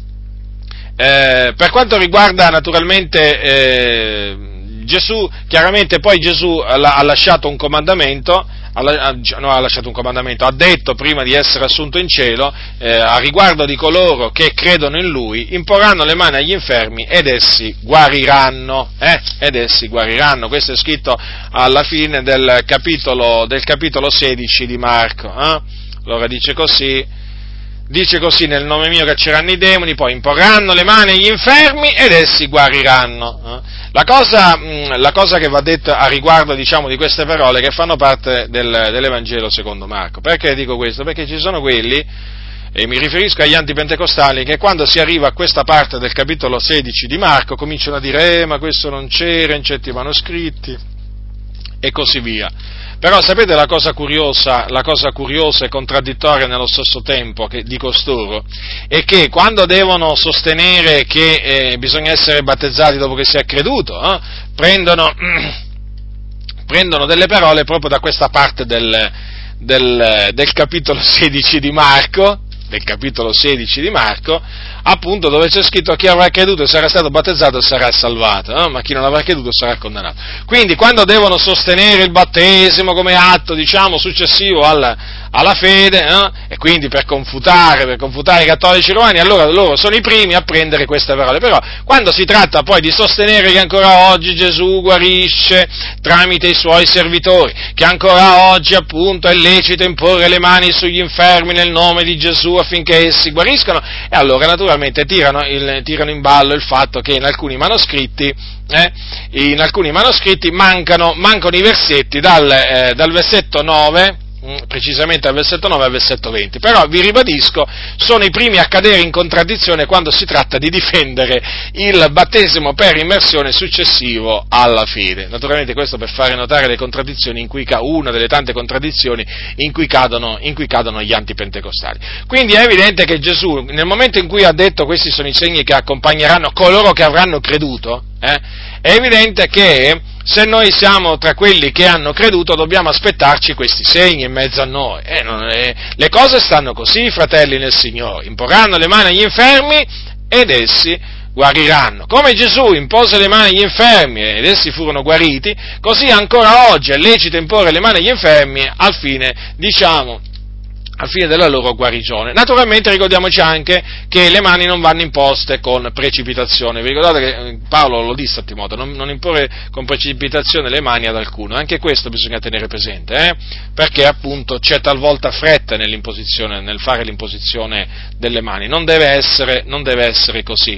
eh, per quanto riguarda naturalmente eh, Gesù, chiaramente poi Gesù ha, ha lasciato un comandamento, ha, no, ha lasciato un comandamento, ha detto prima di essere assunto in cielo, eh, a riguardo di coloro che credono in Lui, imporranno le mani agli infermi ed essi guariranno, eh? ed essi guariranno. Questo è scritto alla fine del capitolo, del capitolo sedici di Marco, eh? Allora dice così, dice così, nel nome mio cacceranno i demoni, poi imporranno le mani agli infermi ed essi guariranno. La cosa, la cosa che va detta a riguardo, diciamo, di queste parole che fanno parte del, dell'Evangelo secondo Marco. Perché dico questo? Perché ci sono quelli, e mi riferisco agli antipentecostali, che quando si arriva a questa parte del capitolo sedici di Marco cominciano a dire, eh, ma questo non c'era in certi manoscritti, e così via. Però sapete la cosa curiosa, la cosa curiosa e contraddittoria nello stesso tempo che, di costoro, è che quando devono sostenere che eh, bisogna essere battezzati dopo che si è creduto, eh, prendono, prendono delle parole proprio da questa parte del, del, del capitolo sedici di Marco, del capitolo sedici di Marco, appunto, dove c'è scritto: chi avrà creduto e sarà stato battezzato sarà salvato, no? Ma chi non avrà creduto sarà condannato. Quindi quando devono sostenere il battesimo come atto, diciamo, successivo alla, alla fede, no? E quindi per confutare, per confutare i cattolici romani, allora loro sono i primi a prendere queste parole. Però quando si tratta poi di sostenere che ancora oggi Gesù guarisce tramite i suoi servitori, che ancora oggi appunto è lecito imporre le mani sugli infermi nel nome di Gesù affinché essi guariscano, e allora naturalmente tirano, il, tirano in ballo il fatto che in alcuni manoscritti, eh, in alcuni manoscritti mancano, mancano i versetti dal, eh, dal versetto nove, precisamente dal versetto nove al versetto venti, però vi ribadisco, sono i primi a cadere in contraddizione quando si tratta di difendere il battesimo per immersione successivo alla fede. Naturalmente questo per fare notare le contraddizioni in cui una delle tante contraddizioni in cui cadono, in cui cadono gli antipentecostali. Quindi è evidente che Gesù, nel momento in cui ha detto questi sono i segni che accompagneranno coloro che avranno creduto, eh, è evidente che se noi siamo tra quelli che hanno creduto, dobbiamo aspettarci questi segni in mezzo a noi. Eh, non, eh, le cose stanno così, fratelli nel Signore, imporranno le mani agli infermi ed essi guariranno. Come Gesù impose le mani agli infermi ed essi furono guariti, così ancora oggi è lecito imporre le mani agli infermi al fine, diciamo, al fine della loro guarigione. Naturalmente ricordiamoci anche che le mani non vanno imposte con precipitazione. Vi ricordate che Paolo lo disse a Timoteo, non, non imporre con precipitazione le mani ad alcuno. Anche questo bisogna tenere presente, eh? Perché appunto c'è talvolta fretta nell'imposizione, nel fare l'imposizione delle mani. Non deve essere, non deve essere così.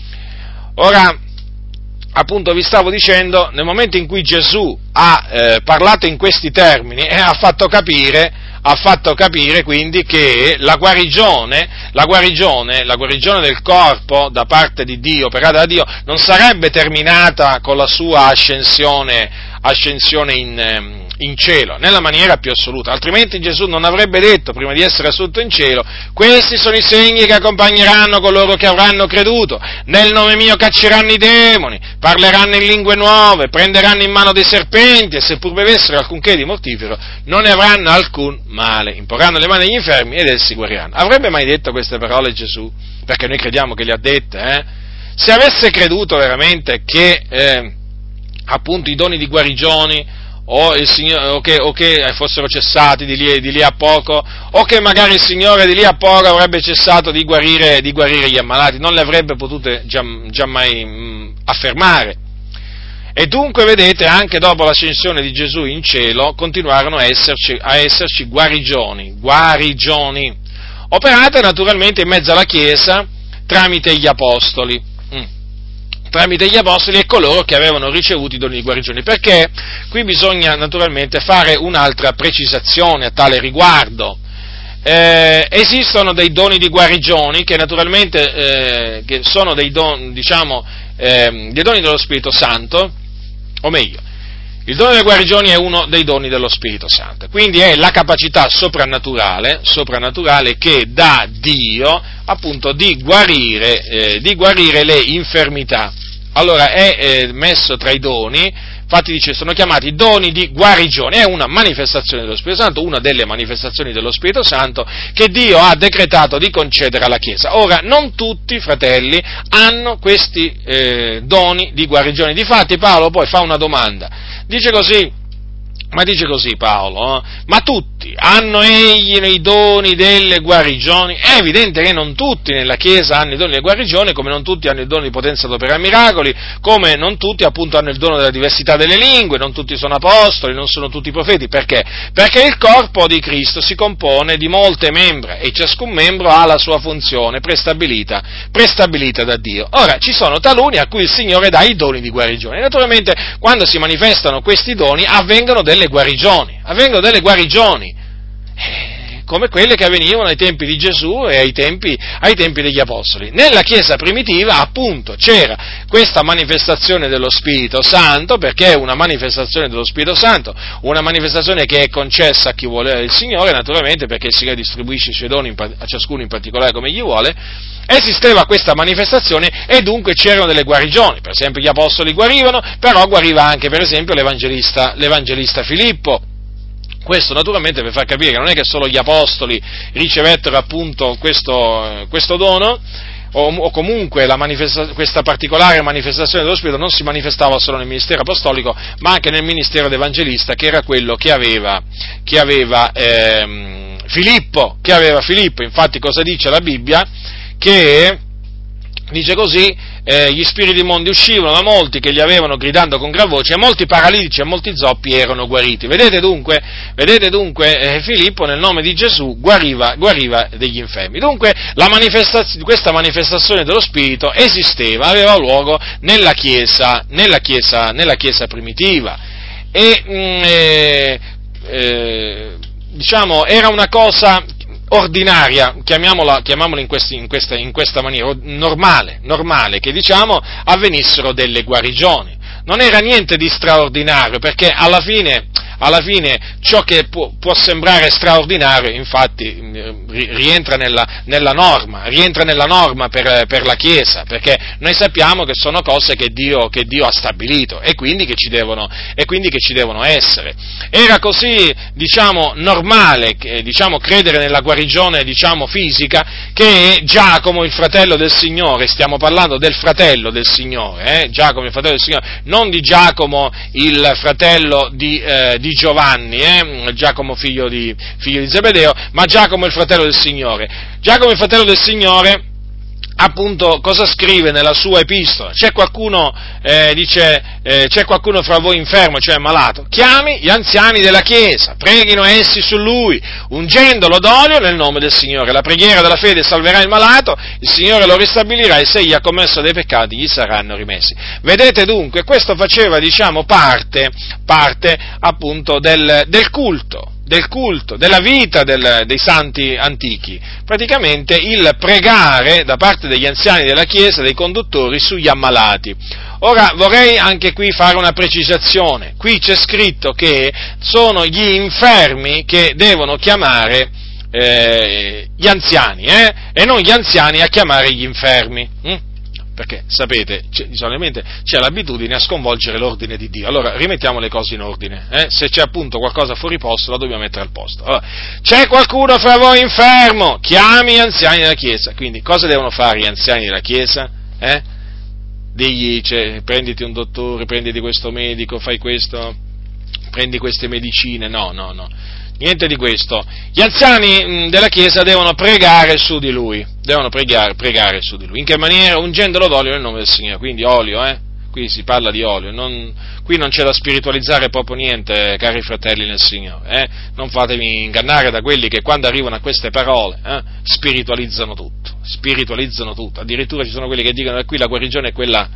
Ora, appunto vi stavo dicendo, nel momento in cui Gesù ha eh, parlato in questi termini e ha fatto capire ha fatto capire quindi che la guarigione, la guarigione, la guarigione del corpo da parte di Dio, operata da Dio, non sarebbe terminata con la sua ascensione, ascensione in, in cielo, nella maniera più assoluta, altrimenti Gesù non avrebbe detto, prima di essere assunto in cielo, questi sono i segni che accompagneranno coloro che avranno creduto, nel nome mio cacceranno i demoni, parleranno in lingue nuove, prenderanno in mano dei serpenti e seppur bevessero alcunché di mortifero, non ne avranno alcun male, imporranno le mani agli infermi ed essi guariranno. Avrebbe mai detto queste parole Gesù? Perché noi crediamo che le ha dette, eh? Se avesse creduto veramente che eh, appunto i doni di guarigioni o, il Signore, o, che, o che fossero cessati di lì, di lì a poco, o che magari il Signore di lì a poco avrebbe cessato di guarire, di guarire gli ammalati, non le avrebbe potute giam, giammai mh, affermare. E dunque, vedete, anche dopo l'ascensione di Gesù in cielo, continuarono a esserci, a esserci guarigioni, guarigioni, operate naturalmente in mezzo alla Chiesa tramite gli apostoli, mm. tramite gli apostoli e coloro che avevano ricevuto i doni di guarigione, perché qui bisogna naturalmente fare un'altra precisazione a tale riguardo. Eh, esistono dei doni di guarigioni che naturalmente eh, che sono dei doni, diciamo, eh, dei doni dello Spirito Santo, o meglio, il dono delle guarigioni è uno dei doni dello Spirito Santo, quindi è la capacità soprannaturale, soprannaturale che dà Dio appunto di guarire, eh, di guarire le infermità. Allora è eh, messo tra i doni, infatti dice, sono chiamati doni di guarigione, è una manifestazione dello Spirito Santo, una delle manifestazioni dello Spirito Santo che Dio ha decretato di concedere alla Chiesa. Ora, non tutti, fratelli, hanno questi eh, doni di guarigione. Difatti Paolo poi fa una domanda, dice così, ma dice così Paolo, eh? Ma tutti hanno egli i doni delle guarigioni? È evidente che non tutti nella Chiesa hanno i doni delle guarigioni, come non tutti hanno il dono di potenza ad operare miracoli, come non tutti appunto hanno il dono della diversità delle lingue, non tutti sono apostoli, non sono tutti profeti. Perché? Perché il corpo di Cristo si compone di molte membra e ciascun membro ha la sua funzione prestabilita, prestabilita da Dio. Ora, ci sono taluni a cui il Signore dà i doni di guarigione. Naturalmente, quando si manifestano questi doni, avvengono delle guarigioni, avvengono delle guarigioni, eh, come quelle che avvenivano ai tempi di Gesù e ai tempi, ai tempi degli Apostoli. Nella Chiesa primitiva, appunto, c'era questa manifestazione dello Spirito Santo, perché è una manifestazione dello Spirito Santo, una manifestazione che è concessa a chi vuole il Signore, naturalmente, perché il Signore distribuisce i suoi doni a ciascuno in particolare come gli vuole. Esisteva questa manifestazione e dunque c'erano delle guarigioni, per esempio gli apostoli guarivano, però guariva anche per esempio l'evangelista, l'evangelista Filippo. Questo naturalmente per far capire che non è che solo gli apostoli ricevettero appunto questo, questo dono, o, o comunque la manifesta- questa particolare manifestazione dello Spirito non si manifestava solo nel ministero apostolico, ma anche nel ministero d'evangelista, che era quello che aveva, che aveva ehm, Filippo, che aveva Filippo. Infatti cosa dice la Bibbia? Che dice così, eh, gli spiriti immondi uscivano da molti che gli avevano gridando con gran voce, e molti paralitici e molti zoppi erano guariti. Vedete dunque, vedete dunque eh, Filippo nel nome di Gesù guariva, guariva degli infermi. Dunque la manifestaz- questa manifestazione dello Spirito esisteva, aveva luogo nella Chiesa, nella Chiesa, nella Chiesa primitiva e mh, eh, eh, diciamo era una cosa ordinaria, chiamiamola, chiamiamola in, questi, in, questa, in questa maniera, normale, normale, che diciamo avvenissero delle guarigioni. Non era niente di straordinario, perché alla fine, alla fine ciò che può, può sembrare straordinario, infatti, rientra nella, nella norma, rientra nella norma per, per la Chiesa, perché noi sappiamo che sono cose che Dio, che Dio ha stabilito e quindi che ci devono, e quindi che ci devono essere. Era così, diciamo, normale, diciamo, credere nella guarigione, diciamo, fisica, che Giacomo, il fratello del Signore, stiamo parlando del fratello del Signore, eh? Giacomo, il fratello del Signore, non di Giacomo, il fratello di, eh, di Giovanni, eh? Giacomo figlio di, figlio di Zebedeo, ma Giacomo, il fratello del Signore. Giacomo, il fratello del Signore, appunto, cosa scrive nella sua epistola? C'è qualcuno, eh, dice, eh, c'è qualcuno fra voi infermo, cioè malato? Chiami gli anziani della Chiesa, preghino essi su lui, ungendolo d'olio nel nome del Signore. La preghiera della fede salverà il malato, il Signore lo ristabilirà e se egli ha commesso dei peccati gli saranno rimessi. Vedete dunque, questo faceva, diciamo, parte, parte appunto del, del culto. del culto, della vita del, dei santi antichi, praticamente il pregare da parte degli anziani della Chiesa, dei conduttori, sugli ammalati. Ora vorrei anche qui fare una precisazione, qui c'è scritto che sono gli infermi che devono chiamare eh, gli anziani, eh, e non gli anziani a chiamare gli infermi. Hm? Perché, sapete, c'è, solamente c'è l'abitudine a sconvolgere l'ordine di Dio. Allora, rimettiamo le cose in ordine. Eh? Se c'è appunto qualcosa fuori posto, la dobbiamo mettere al posto. Allora, c'è qualcuno fra voi infermo? Chiami gli anziani della Chiesa. Quindi, cosa devono fare gli anziani della Chiesa? Eh? Digli, cioè, prenditi un dottore, prenditi questo medico, fai questo, prendi queste medicine. No, no, no. Niente di questo. Gli anziani della Chiesa devono pregare su di lui, devono pregare, pregare su di lui. In che maniera? Ungendolo d'olio nel nome del Signore, quindi olio, eh? Qui si parla di olio, non, qui non c'è da spiritualizzare proprio niente, cari fratelli nel Signore, eh? Non fatevi ingannare da quelli che quando arrivano a queste parole, eh, spiritualizzano tutto, spiritualizzano tutto, addirittura ci sono quelli che dicono che qui la guarigione è quella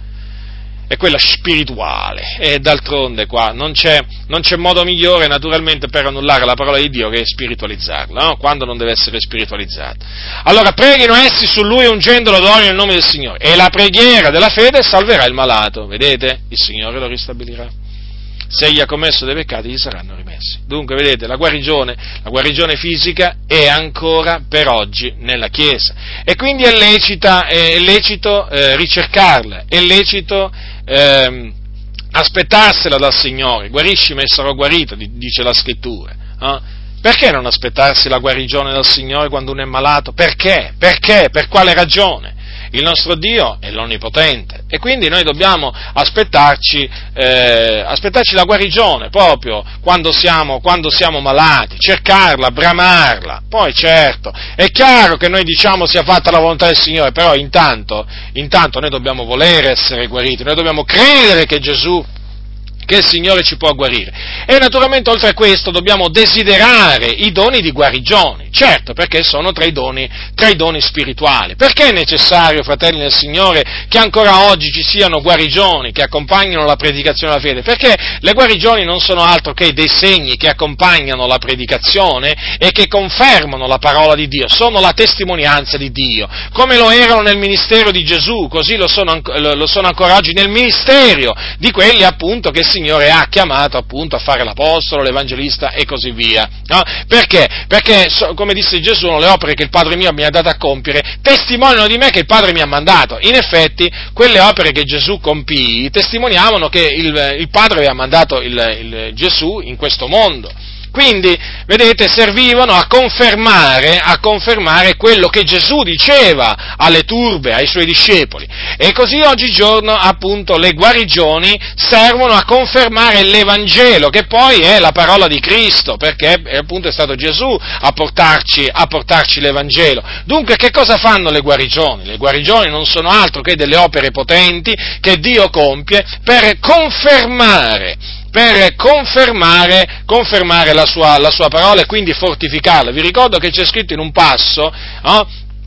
è quella spirituale, e d'altronde qua non c'è, non c'è modo migliore naturalmente per annullare la parola di Dio che spiritualizzarla, no? Quando non deve essere spiritualizzata. Allora preghino essi su lui ungendolo d'olio nel nome del Signore, e la preghiera della fede salverà il malato, vedete? Il Signore lo ristabilirà. Se egli ha commesso dei peccati gli saranno rimessi. Dunque, vedete, la guarigione, la guarigione fisica è ancora per oggi nella Chiesa, e quindi è, lecita, è lecito eh, ricercarla, è lecito eh, aspettarsela dal Signore. Guariscimi e sarò guarito, dice la Scrittura. Eh? Perché non aspettarsi la guarigione dal Signore quando uno è malato? Perché? Perché? Per quale ragione? Il nostro Dio è l'Onnipotente e quindi noi dobbiamo aspettarci, eh, aspettarci la guarigione proprio quando siamo, quando siamo malati, cercarla, bramarla. Poi certo, è chiaro che noi diciamo sia fatta la volontà del Signore, però intanto, intanto noi dobbiamo volere essere guariti, noi dobbiamo credere che Gesù, che il Signore ci può guarire. E naturalmente oltre a questo dobbiamo desiderare i doni di guarigione, certo, perché sono tra i doni, tra i doni spirituali. Perché è necessario, fratelli del Signore, che ancora oggi ci siano guarigioni che accompagnano la predicazione della fede? Perché le guarigioni non sono altro che dei segni che accompagnano la predicazione e che confermano la parola di Dio, sono la testimonianza di Dio, come lo erano nel ministero di Gesù, così lo sono, lo sono ancora oggi nel ministero di quelli appunto che il Signore ha chiamato appunto a fare l'apostolo, l'evangelista e così via. No? Perché? Perché, come disse Gesù, le opere che il Padre mio mi ha dato a compiere testimoniano di me che il Padre mi ha mandato. In effetti, quelle opere che Gesù compì testimoniavano che il, il Padre aveva mandato il, il Gesù in questo mondo. Quindi, vedete, servivano a confermare, a confermare quello che Gesù diceva alle turbe, ai suoi discepoli. E così oggigiorno, appunto, le guarigioni servono a confermare l'Evangelo, che poi è la parola di Cristo, perché appunto è stato Gesù a portarci, a portarci l'Evangelo. Dunque, che cosa fanno le guarigioni? Le guarigioni non sono altro che delle opere potenti che Dio compie per confermare per confermare, confermare la sua, la sua parola e quindi fortificarla. Vi ricordo che c'è scritto in un passo, no?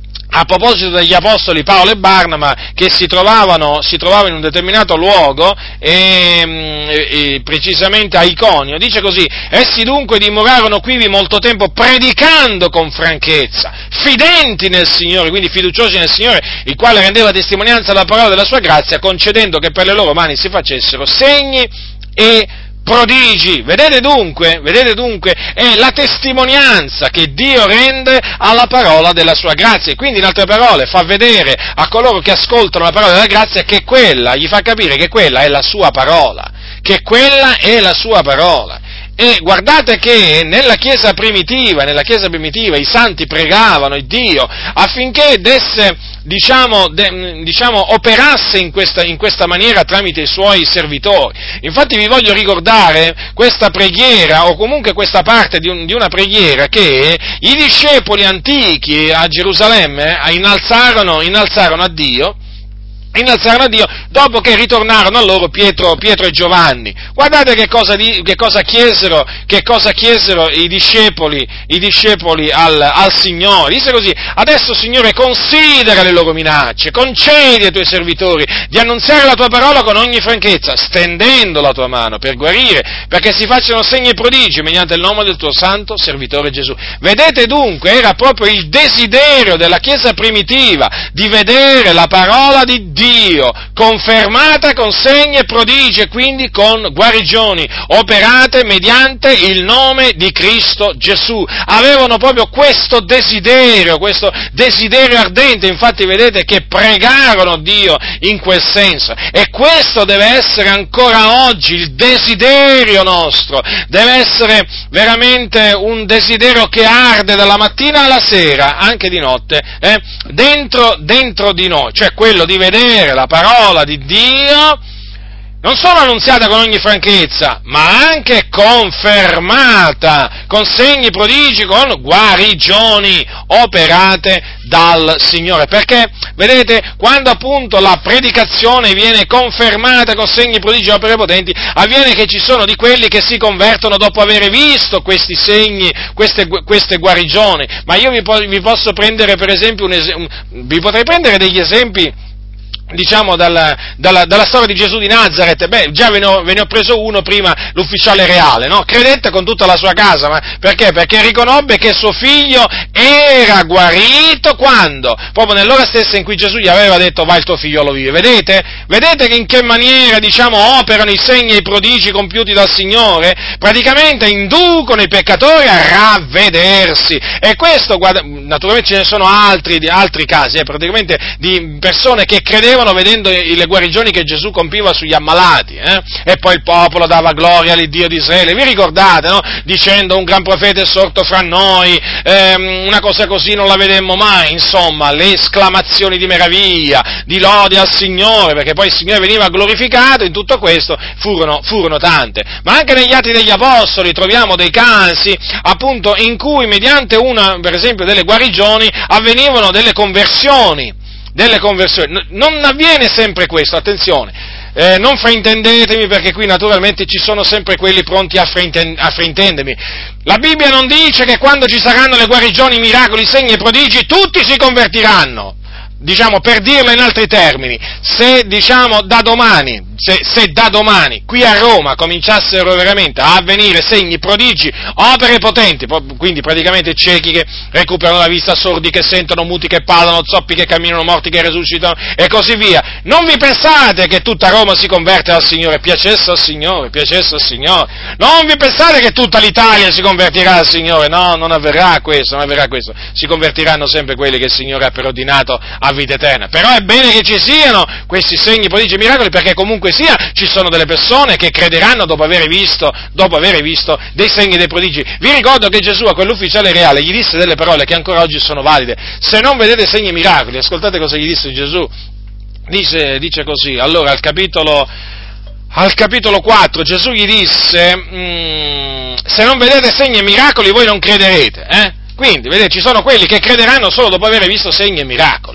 A proposito degli apostoli Paolo e Barnaba, che si trovavano, si trovavano in un determinato luogo, e, e, precisamente a Iconio, dice così: essi dunque dimorarono quivi molto tempo predicando con franchezza, fidenti nel Signore, quindi fiduciosi nel Signore, il quale rendeva testimonianza alla parola della sua grazia, concedendo che per le loro mani si facessero segni e prodigi. Vedete dunque, vedete dunque, è la testimonianza che Dio rende alla parola della sua grazia, e quindi in altre parole fa vedere a coloro che ascoltano la parola della grazia che quella, gli fa capire che quella è la sua parola, che quella è la sua parola. E guardate che nella Chiesa primitiva, nella Chiesa primitiva i santi pregavano il Dio affinché desse, diciamo, de, diciamo operasse in questa, in questa maniera tramite i suoi servitori. Infatti vi voglio ricordare questa preghiera, o comunque questa parte di, un, di una preghiera che i discepoli antichi a Gerusalemme innalzarono, innalzarono a Dio, innalzarono a Dio dopo che ritornarono a loro Pietro, Pietro e Giovanni. Guardate che cosa, di, che cosa chiesero, che cosa chiesero i discepoli, i discepoli al, al Signore. Disse così: adesso, Signore, considera le loro minacce, concedi ai tuoi servitori di annunziare la tua parola con ogni franchezza, stendendo la tua mano per guarire, perché si facciano segni e prodigi mediante il nome del tuo santo servitore Gesù. Vedete dunque, era proprio il desiderio della Chiesa primitiva di vedere la parola di Dio Dio, confermata con segni e prodigi, e quindi con guarigioni, operate mediante il nome di Cristo Gesù. Avevano proprio questo desiderio, questo desiderio ardente, infatti vedete che pregarono Dio in quel senso, e questo deve essere ancora oggi il desiderio nostro, deve essere veramente un desiderio che arde dalla mattina alla sera, anche di notte, eh, dentro, dentro di noi, cioè quello di vedere la parola di Dio non solo annunziata con ogni franchezza, ma anche confermata con segni, prodigi, con guarigioni operate dal Signore. Perché, vedete, quando appunto la predicazione viene confermata con segni, prodigi e opere potenti, avviene che ci sono di quelli che si convertono dopo aver visto questi segni, queste, queste guarigioni. Ma io vi, vi posso prendere per esempio un esempio, vi potrei prendere degli esempi, diciamo, dalla, dalla, dalla storia di Gesù di Nazaret. Beh, già ve ne, ho, ve ne ho preso uno prima, l'ufficiale reale, no? Credette con tutta la sua casa, ma perché? Perché riconobbe che suo figlio era guarito quando? Proprio nell'ora stessa in cui Gesù gli aveva detto: vai, il tuo figliolo vive. Vedete? Vedete che in che maniera, diciamo, operano i segni e i prodigi compiuti dal Signore? Praticamente inducono i peccatori a ravvedersi. E questo, guarda, naturalmente ce ne sono altri, altri casi, eh, praticamente di persone che credevano vedendo le guarigioni che Gesù compiva sugli ammalati, eh? E poi il popolo dava gloria all'Iddio di Israele. Vi ricordate, no? Dicendo: un gran profeta è sorto fra noi, ehm, una cosa così non la vedemmo mai. Insomma, le esclamazioni di meraviglia, di lode al Signore, perché poi il Signore veniva glorificato. In tutto questo furono, furono tante. Ma anche negli Atti degli Apostoli troviamo dei casi, appunto, in cui mediante una, per esempio, delle guarigioni avvenivano delle conversioni. delle conversioni. Non avviene sempre questo, attenzione, eh, non fraintendetemi, perché qui naturalmente ci sono sempre quelli pronti a, frainten- a fraintendermi. La Bibbia non dice che quando ci saranno le guarigioni, i miracoli, i segni e prodigi, tutti si convertiranno. Diciamo, per dirlo in altri termini, se, diciamo, da domani, se, se da domani, qui a Roma, cominciassero veramente a avvenire segni, prodigi, opere potenti, quindi praticamente ciechi che recuperano la vista, sordi che sentono, muti che parlano, zoppi che camminano, morti che resuscitano, e così via, non vi pensate che tutta Roma si converte al Signore, piacesse al Signore, piacesse al Signore, non vi pensate che tutta l'Italia si convertirà al Signore, no, non avverrà questo, non avverrà questo, si convertiranno sempre quelli che il Signore ha preordinato a vita eterna. Però è bene che ci siano questi segni, prodigi e miracoli, perché comunque sia ci sono delle persone che crederanno dopo aver visto, dopo aver visto dei segni e dei prodigi. Vi ricordo che Gesù a quell'ufficiale reale gli disse delle parole che ancora oggi sono valide: se non vedete segni e miracoli, ascoltate cosa gli disse Gesù. Dice, dice così, allora al capitolo al capitolo quattro Gesù gli disse: mm, se non vedete segni e miracoli voi non crederete, eh? Quindi, vedete, ci sono quelli che crederanno solo dopo aver visto segni e miracoli.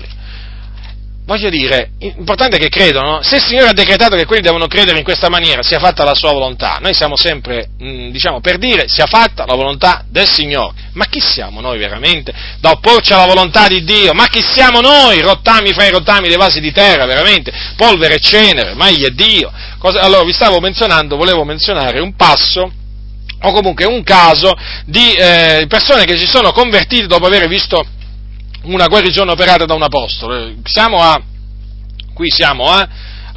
Voglio dire, l'importante è che credono. Se il Signore ha decretato che quelli devono credere in questa maniera, sia fatta la sua volontà. Noi siamo sempre, mh, diciamo, per dire, sia fatta la volontà del Signore. Ma chi siamo noi veramente da opporci alla volontà di Dio? Ma chi siamo noi? Rottami fra i rottami dei vasi di terra, veramente? Polvere e cenere, ma egli è Dio. Cosa, allora, vi stavo menzionando, volevo menzionare un passo, o comunque un caso, di eh, persone che si sono convertite dopo aver visto una guarigione operata da un apostolo. Siamo a, qui siamo a,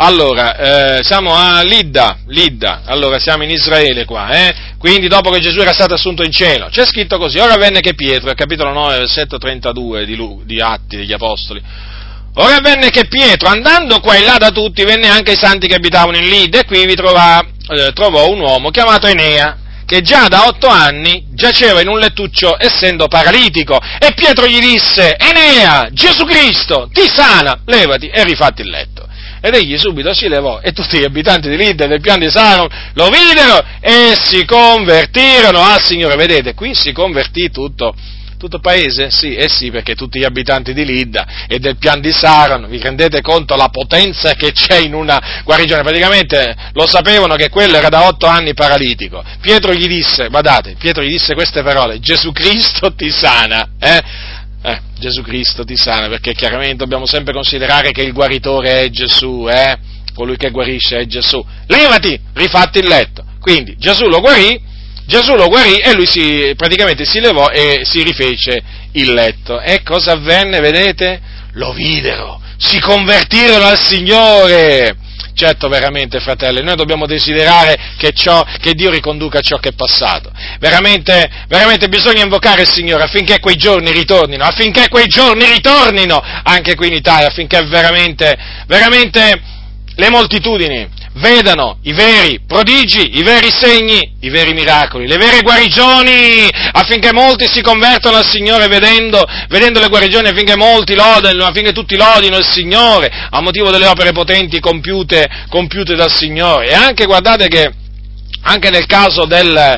allora, eh, siamo a Lidda, Lidda, allora siamo in Israele qua, eh? Quindi dopo che Gesù era stato assunto in cielo, c'è scritto così: ora avvenne che Pietro, al capitolo nove, versetto trentadue di, Lu, di Atti degli Apostoli, ora avvenne che Pietro, andando qua e là da tutti, venne anche ai santi che abitavano in Lidda, e qui vi trova, eh, trovò un uomo chiamato Enea, che già da otto anni giaceva in un lettuccio essendo paralitico, e Pietro gli disse: Enea, Gesù Cristo ti sana, levati e rifatti il letto. Ed egli subito si levò, e tutti gli abitanti di Lidda e del pian di Saron lo videro e si convertirono al Signore. Vedete, qui si convertì tutto, tutto il paese? Sì, eh sì, perché tutti gli abitanti di Lidda e del pian di Saron, vi rendete conto la potenza che c'è in una guarigione? Praticamente lo sapevano che quello era da otto anni paralitico. Pietro gli disse, guardate, Pietro gli disse queste parole: Gesù Cristo ti sana, eh? Eh, Gesù Cristo ti sana, perché chiaramente dobbiamo sempre considerare che il guaritore è Gesù, eh? Colui che guarisce è Gesù. Levati, rifatti il letto. Quindi Gesù lo guarì, Gesù lo guarì e lui si, praticamente si levò e si rifece il letto. E cosa avvenne, vedete? Lo videro, si convertirono al Signore. Certo, veramente, fratelli, noi dobbiamo desiderare che, ciò, che Dio riconduca ciò che è passato. Veramente, veramente bisogna invocare il Signore affinché quei giorni ritornino, affinché quei giorni ritornino anche qui in Italia, affinché veramente, veramente le moltitudini vedano i veri prodigi, i veri segni, i veri miracoli, le vere guarigioni, affinché molti si convertano al Signore vedendo, vedendo le guarigioni, affinché molti lodino, affinché tutti lodino il Signore a motivo delle opere potenti compiute, compiute dal Signore. E anche, guardate che anche nel caso del,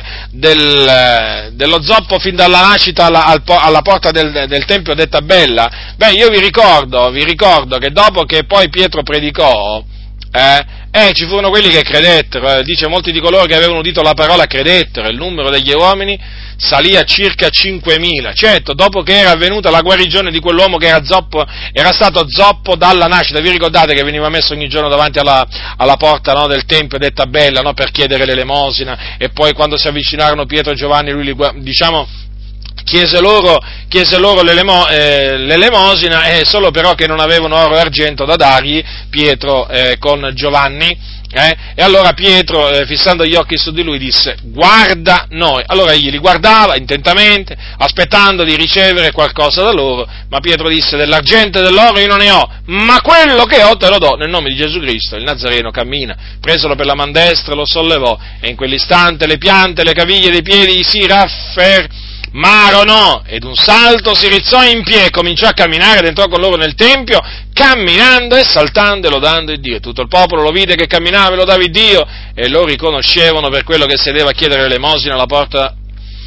del, dello zoppo fin dalla nascita alla, alla porta del, del Tempio detta Bella, beh, io vi ricordo, vi ricordo che dopo che poi Pietro predicò, eh, Eh, ci furono quelli che credettero, eh, dice molti di coloro che avevano udito la parola credettero, il numero degli uomini salì a circa cinquemila, certo, dopo che era avvenuta la guarigione di quell'uomo che era zoppo, era stato zoppo dalla nascita. Vi ricordate che veniva messo ogni giorno davanti alla, alla porta, no, del Tempio detta Bella, no, per chiedere l'elemosina, e poi quando si avvicinarono Pietro e Giovanni, lui li, diciamo, chiese loro, chiese loro l'elemo, eh, l'elemosina, e solo però che non avevano oro e argento da dargli, Pietro eh, con Giovanni, eh, e allora Pietro, eh, fissando gli occhi su di lui, disse: guarda noi. Allora egli li guardava intentamente, aspettando di ricevere qualcosa da loro, ma Pietro disse: dell'argento e dell'oro io non ne ho, ma quello che ho te lo do, nel nome di Gesù Cristo. Il Nazareno cammina, presolo per la man destra, lo sollevò, e in quell'istante le piante, le caviglie dei piedi gli si raffermarono, Marono, ed un salto si rizzò in piedi, cominciò a camminare ed entrò con loro nel Tempio, camminando e saltando e lodando il Dio. Tutto il popolo lo vide che camminava e lodava il Dio, e lo riconoscevano per quello che sedeva a chiedere l'elemosina alla porta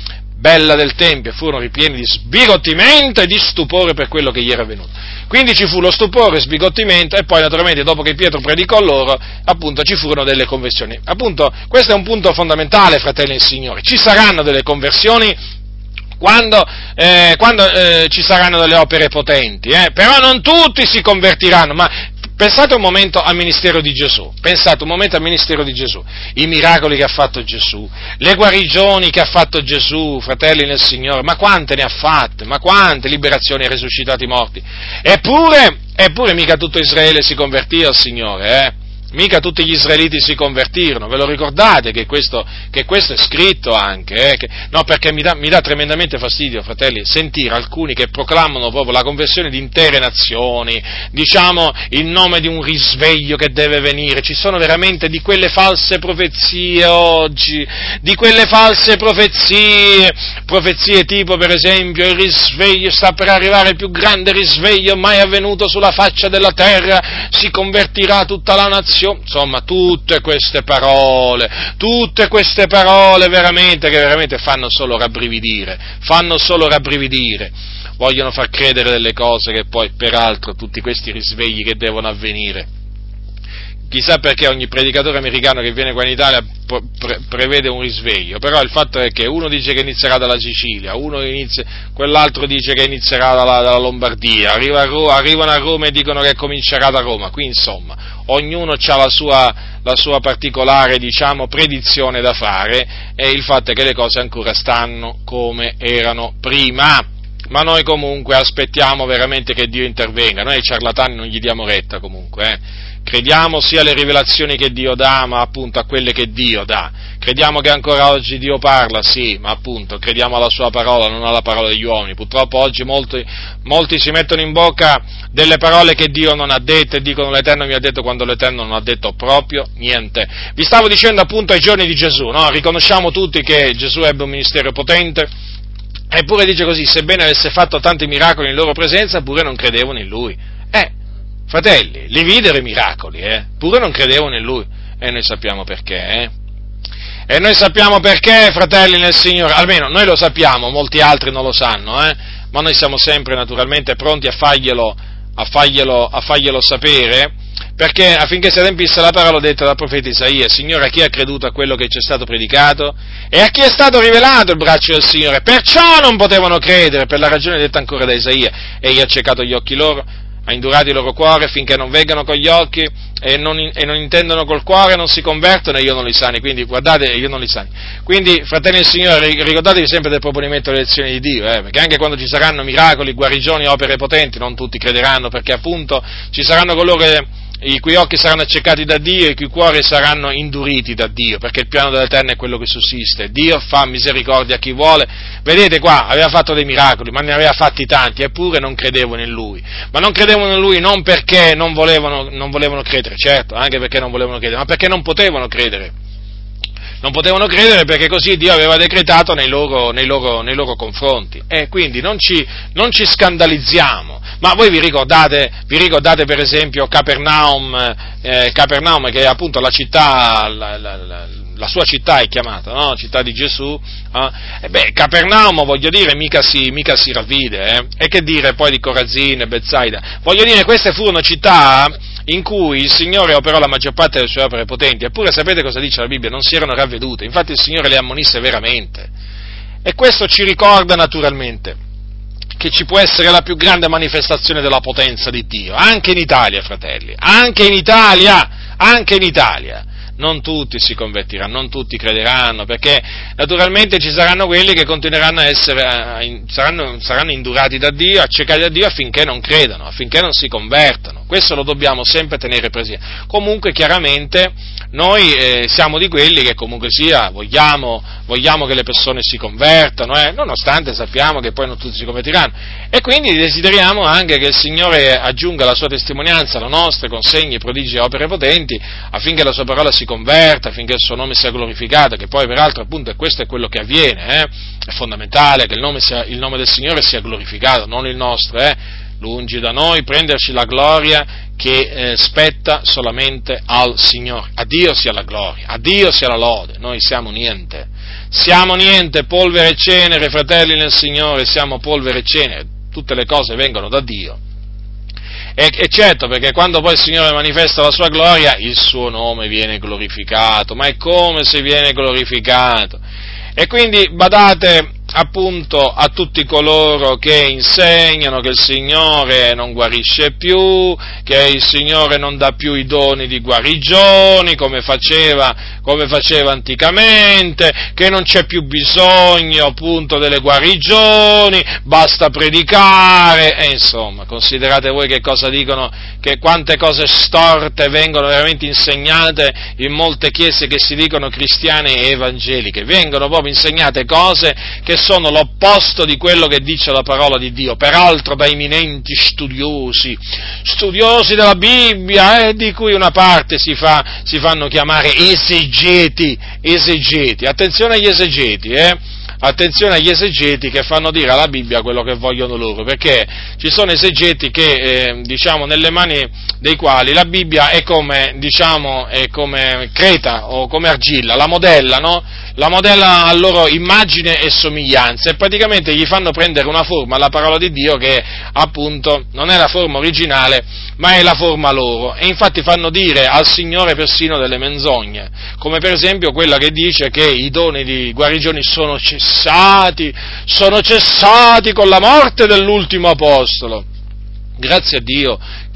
bella del Tempio, e furono ripieni di sbigottimento e di stupore per quello che gli era avvenuto. Quindi ci fu lo stupore, sbigottimento, e poi naturalmente dopo che Pietro predicò loro, appunto ci furono delle conversioni. Appunto, questo è un punto fondamentale, fratelli e signori. Ci saranno delle conversioni quando, eh, quando eh, ci saranno delle opere potenti, eh? Però non tutti si convertiranno, ma pensate un momento al ministero di Gesù, pensate un momento al ministero di Gesù, i miracoli che ha fatto Gesù, le guarigioni che ha fatto Gesù, fratelli nel Signore, ma quante ne ha fatte, ma quante liberazioni ha risuscitato i morti, eppure, eppure mica tutto Israele si convertì al Signore, eh? Mica tutti gli israeliti si convertirono, ve lo ricordate che questo, che questo è scritto anche, eh? Che, no, perché mi dà, mi dà tremendamente fastidio, fratelli, sentire alcuni che proclamano proprio la conversione di intere nazioni, diciamo, in nome di un risveglio che deve venire. Ci sono veramente di quelle false profezie oggi, di quelle false profezie, profezie tipo per esempio il risveglio, sta per arrivare il più grande risveglio mai avvenuto sulla faccia della terra, si convertirà tutta la nazione. Insomma, tutte queste parole, tutte queste parole veramente, che veramente fanno solo rabbrividire, fanno solo rabbrividire, vogliono far credere delle cose che poi, peraltro, tutti questi risvegli che devono avvenire, chissà perché ogni predicatore americano che viene qua in Italia pre- prevede un risveglio, però il fatto è che uno dice che inizierà dalla Sicilia, uno inizia, quell'altro dice che inizierà dalla, dalla Lombardia, arriva a Ro- arrivano a Roma e dicono che comincerà da Roma. Qui insomma ognuno ha la sua, la sua particolare, diciamo, predizione da fare, e il fatto è che le cose ancora stanno come erano prima. Ma noi comunque aspettiamo veramente che Dio intervenga, noi ai ciarlatani non gli diamo retta comunque, eh. crediamo sia alle rivelazioni che Dio dà, ma appunto a quelle che Dio dà. Crediamo che ancora oggi Dio parla, sì, ma appunto crediamo alla sua parola, non alla parola degli uomini. Purtroppo oggi molti, molti si mettono in bocca delle parole che Dio non ha dette e dicono l'Eterno mi ha detto quando l'Eterno non ha detto proprio niente. Vi stavo dicendo appunto ai giorni di Gesù, no? Riconosciamo tutti che Gesù ebbe un ministero potente, eppure dice così, sebbene avesse fatto tanti miracoli in loro presenza, pure non credevano in Lui. Eh, fratelli, li videro i miracoli, eh, pure non credevano in Lui. E noi sappiamo perché, eh. E noi sappiamo perché, fratelli nel Signore, almeno noi lo sappiamo, molti altri non lo sanno, eh, ma noi siamo sempre naturalmente pronti a farglielo, a farglielo, a farglielo sapere, perché affinché si adempisse la parola detta dal profeta Isaia, Signore, a chi ha creduto a quello che ci è stato predicato e a chi è stato rivelato il braccio del Signore, perciò non potevano credere, per la ragione detta ancora da Isaia, egli ha ciecato gli occhi loro, ha indurato il loro cuore finché non veggano con gli occhi e non, e non intendono col cuore, non si convertono e io non li sani, quindi guardate, io non li sani. Quindi, fratelli del Signore, ricordatevi sempre del proponimento delle lezioni di Dio, eh, perché anche quando ci saranno miracoli, guarigioni, opere potenti, non tutti crederanno, perché appunto ci saranno coloro che i cui occhi saranno accecati da Dio e i cui cuori saranno induriti da Dio, perché il piano dell'Eterno è quello che sussiste. Dio fa misericordia a chi vuole. Vedete qua, aveva fatto dei miracoli, ma ne aveva fatti tanti, eppure non credevano in Lui. Ma non credevano in Lui non perché non volevano, non volevano credere, certo, anche perché non volevano credere, ma perché non potevano credere. Non potevano credere perché così Dio aveva decretato nei loro, nei loro, nei loro confronti. E quindi non ci, non ci scandalizziamo. Ma voi vi ricordate, vi ricordate per esempio Capernaum, eh, Capernaum che è appunto la città, la, la, la, la sua città è chiamata, no? Città di Gesù. Eh? E beh, Capernaum, voglio dire, mica si, mica si ravvide. Eh? E che dire poi di Corazin e Betsaida? Voglio dire, queste furono città in cui il Signore operò la maggior parte delle sue opere potenti, eppure sapete cosa dice la Bibbia? Non si erano ravvedute, infatti il Signore le ammonisse veramente. E questo ci ricorda naturalmente che ci può essere la più grande manifestazione della potenza di Dio, anche in Italia, fratelli, anche in Italia, anche in Italia. Non tutti si convertiranno, non tutti crederanno, perché naturalmente ci saranno quelli che continueranno a essere, saranno, saranno indurati da Dio, accecati da Dio affinché non credano, affinché non si convertano. Questo lo dobbiamo sempre tenere presente. Comunque, chiaramente, noi eh, siamo di quelli che comunque sia, vogliamo, vogliamo che le persone si convertano, eh, nonostante sappiamo che poi non tutti si convertiranno. E quindi desideriamo anche che il Signore aggiunga la sua testimonianza alla nostra, con segni, prodigi e opere potenti, affinché la sua parola si converta, affinché il suo nome sia glorificato, che poi peraltro appunto questo è quello che avviene, eh? È fondamentale che il nome, sia, il nome del Signore sia glorificato, non il nostro, eh? Lungi da noi prenderci la gloria che eh, spetta solamente al Signore. A Dio sia la gloria, a Dio sia la lode, noi siamo niente, siamo niente, polvere e cenere, fratelli nel Signore, siamo polvere e cenere, tutte le cose vengono da Dio. E, e certo, perché quando poi il Signore manifesta la sua gloria, il suo nome viene glorificato, ma è come se viene glorificato. E quindi badate appunto a tutti coloro che insegnano che il Signore non guarisce più, che il Signore non dà più i doni di guarigioni come faceva, come faceva anticamente, che non c'è più bisogno appunto delle guarigioni, basta predicare, e insomma, considerate voi che cosa dicono, che quante cose storte vengono veramente insegnate in molte chiese che si dicono cristiane e evangeliche, vengono proprio insegnate cose che sono l'opposto di quello che dice la parola di Dio, peraltro da eminenti studiosi, studiosi della Bibbia, eh, di cui una parte si, fa, si fanno chiamare esegeti, esegeti, attenzione agli esegeti, eh, attenzione agli esegeti che fanno dire alla Bibbia quello che vogliono loro, perché ci sono esegeti che, eh, diciamo, nelle mani dei quali la Bibbia è come, diciamo, è come creta o come argilla, la modellano, la modella a loro immagine e somiglianza, e praticamente gli fanno prendere una forma alla parola di Dio che appunto non è la forma originale, ma è la forma loro, e infatti fanno dire al Signore persino delle menzogne, come per esempio quella che dice che i doni di guarigioni sono cessati, sono cessati con la morte dell'ultimo apostolo. Grazie a Dio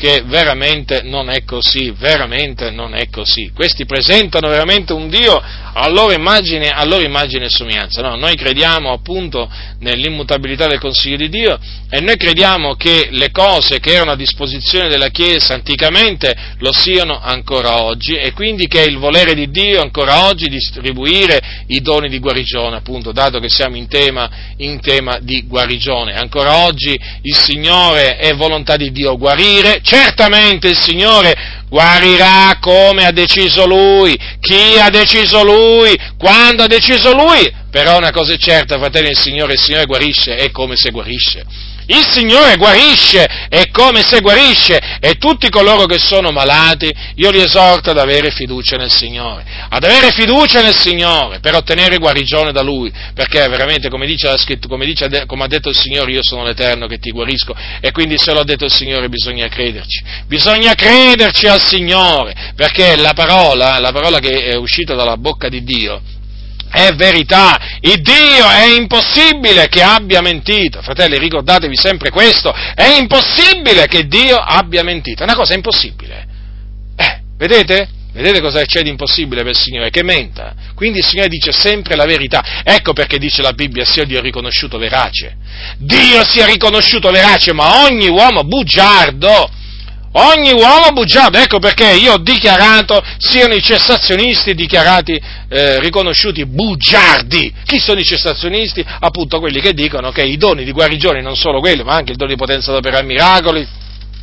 che veramente non è così, veramente non è così. Questi presentano veramente un Dio a loro immagine, a loro immagine e somiglianza. No, noi crediamo appunto nell'immutabilità del consiglio di Dio e noi crediamo che le cose che erano a disposizione della Chiesa anticamente lo siano ancora oggi, e quindi che è il volere di Dio ancora oggi distribuire i doni di guarigione, appunto, dato che siamo in tema, in tema di guarigione. Ancora oggi il Signore è volontà di Dio guarire, certamente il Signore guarirà come ha deciso Lui, chi ha deciso Lui, quando ha deciso Lui, però una cosa è certa, fratelli, il Signore, il Signore guarisce, è come se guarisce. Il Signore guarisce, è come se guarisce, e tutti coloro che sono malati, io li esorto ad avere fiducia nel Signore, ad avere fiducia nel Signore, per ottenere guarigione da Lui, perché veramente, come dice la scrittura, come, dice, come ha detto il Signore, io sono l'Eterno che ti guarisco, e quindi se l'ha detto il Signore bisogna crederci, bisogna crederci al Signore, perché la parola, la parola che è uscita dalla bocca di Dio, è verità, il Dio è impossibile che abbia mentito, fratelli, ricordatevi sempre questo, è impossibile che Dio abbia mentito, è una cosa impossibile, eh, vedete? Vedete cosa c'è di impossibile per il Signore? Che menta, quindi il Signore dice sempre la verità, ecco perché dice la Bibbia, sia Dio riconosciuto verace, Dio sia riconosciuto verace, ma ogni uomo bugiardo, ogni uomo bugiardo, ecco perché io ho dichiarato, siano i cessazionisti dichiarati, eh, riconosciuti bugiardi. Chi sono i cessazionisti? Appunto quelli che dicono che i doni di guarigione, non solo quelli, ma anche il dono di potenza ad operare miracoli,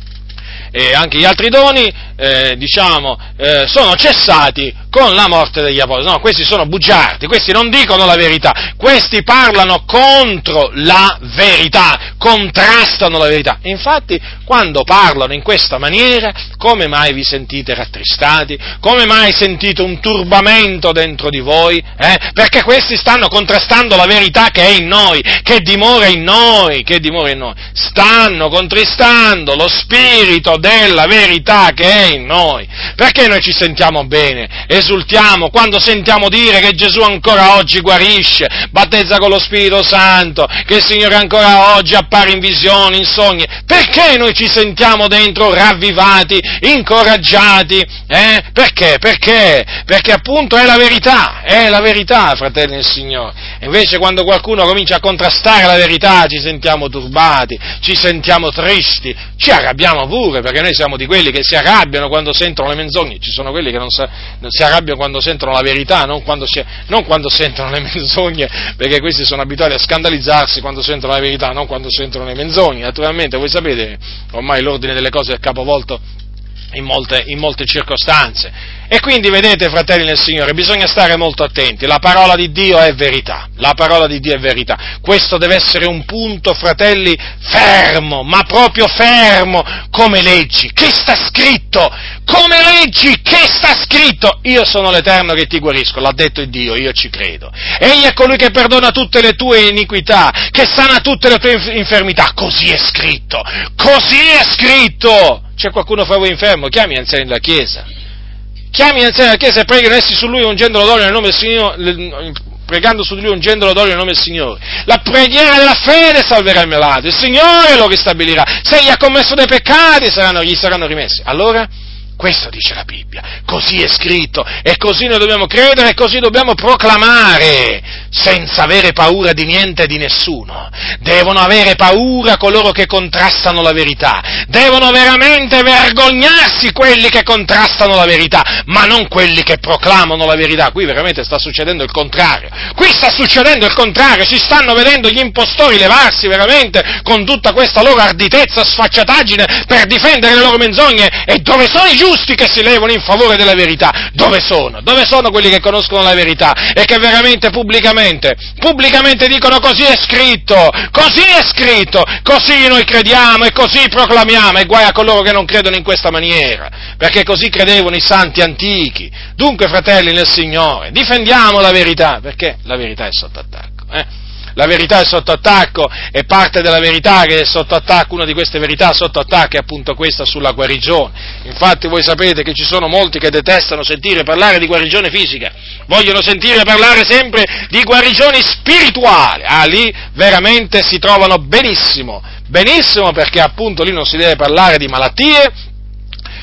e anche gli altri doni, eh, diciamo, eh, sono cessati con la morte degli apostoli. No, questi sono bugiardi, questi non dicono la verità, questi parlano contro la verità, contrastano la verità. Infatti, quando parlano in questa maniera, come mai vi sentite rattristati? Come mai sentite un turbamento dentro di voi? Eh? Perché questi stanno contrastando la verità che è in noi, che dimora in noi, che dimora in noi. Stanno contristando lo spirito della verità che è in noi. Perché noi ci sentiamo bene, esultiamo quando sentiamo dire che Gesù ancora oggi guarisce, battezza con lo Spirito Santo, che il Signore ancora oggi appare in visioni, in sogni? Perché noi ci sentiamo dentro ravvivati, incoraggiati? Eh? Perché? Perché? Perché appunto è la verità, è la verità, fratelli del Signore. E invece quando qualcuno comincia a contrastare la verità ci sentiamo turbati, ci sentiamo tristi, ci arrabbiamo pure, perché noi siamo di quelli che si arrabbiano quando sentono le menzogne, ci sono quelli che non, sa, non si arrabbiano quando sentono la verità, non quando, si, non quando sentono le menzogne, perché questi sono abituati a scandalizzarsi quando sentono la verità, non quando sentono le menzogne. Naturalmente voi sapete ormai l'ordine delle cose è capovolto in molte, in molte circostanze. E quindi vedete, fratelli nel Signore, bisogna stare molto attenti, la parola di Dio è verità, la parola di Dio è verità, questo deve essere un punto, fratelli, fermo, ma proprio fermo, come leggi, che sta scritto, come leggi, che sta scritto, io sono l'Eterno che ti guarisco, l'ha detto il Dio, io ci credo, egli è colui che perdona tutte le tue iniquità, che sana tutte le tue infermità, così è scritto, così è scritto. C'è qualcuno fra voi infermo? Chiami gli anziani della Chiesa. Chiami gli anziani della Chiesa e pregano essi su lui ungendolo d'olio nel nome del Signore, pregando su di lui ungendolo d'olio nel nome del Signore. La preghiera della fede salverà il malato, il Signore lo ristabilirà. Se egli ha commesso dei peccati saranno, gli saranno rimessi. Allora, questo dice la Bibbia, così è scritto, e così noi dobbiamo credere, e così dobbiamo proclamare, senza avere paura di niente e di nessuno. Devono avere paura coloro che contrastano la verità, devono veramente vergognarsi quelli che contrastano la verità, ma non quelli che proclamano la verità. Qui veramente sta succedendo il contrario, qui sta succedendo il contrario, si stanno vedendo gli impostori levarsi veramente con tutta questa loro arditezza, sfacciataggine per difendere le loro menzogne. E dove sono i giusti che si levano in favore della verità? Dove sono? Dove sono quelli che conoscono la verità e che veramente pubblicamente, pubblicamente dicono così è scritto, così è scritto, così noi crediamo e così proclamiamo, e guai a coloro che non credono in questa maniera, perché così credevano i santi antichi. Dunque, fratelli nel Signore, difendiamo la verità, perché la verità è sotto attacco, eh? La verità è sotto attacco, e parte della verità che è sotto attacco, una di queste verità sotto attacco è appunto questa sulla guarigione. Infatti voi sapete che ci sono molti che detestano sentire parlare di guarigione fisica, vogliono sentire parlare sempre di guarigioni spirituali. Ah, lì veramente si trovano benissimo, benissimo, perché appunto lì non si deve parlare di malattie,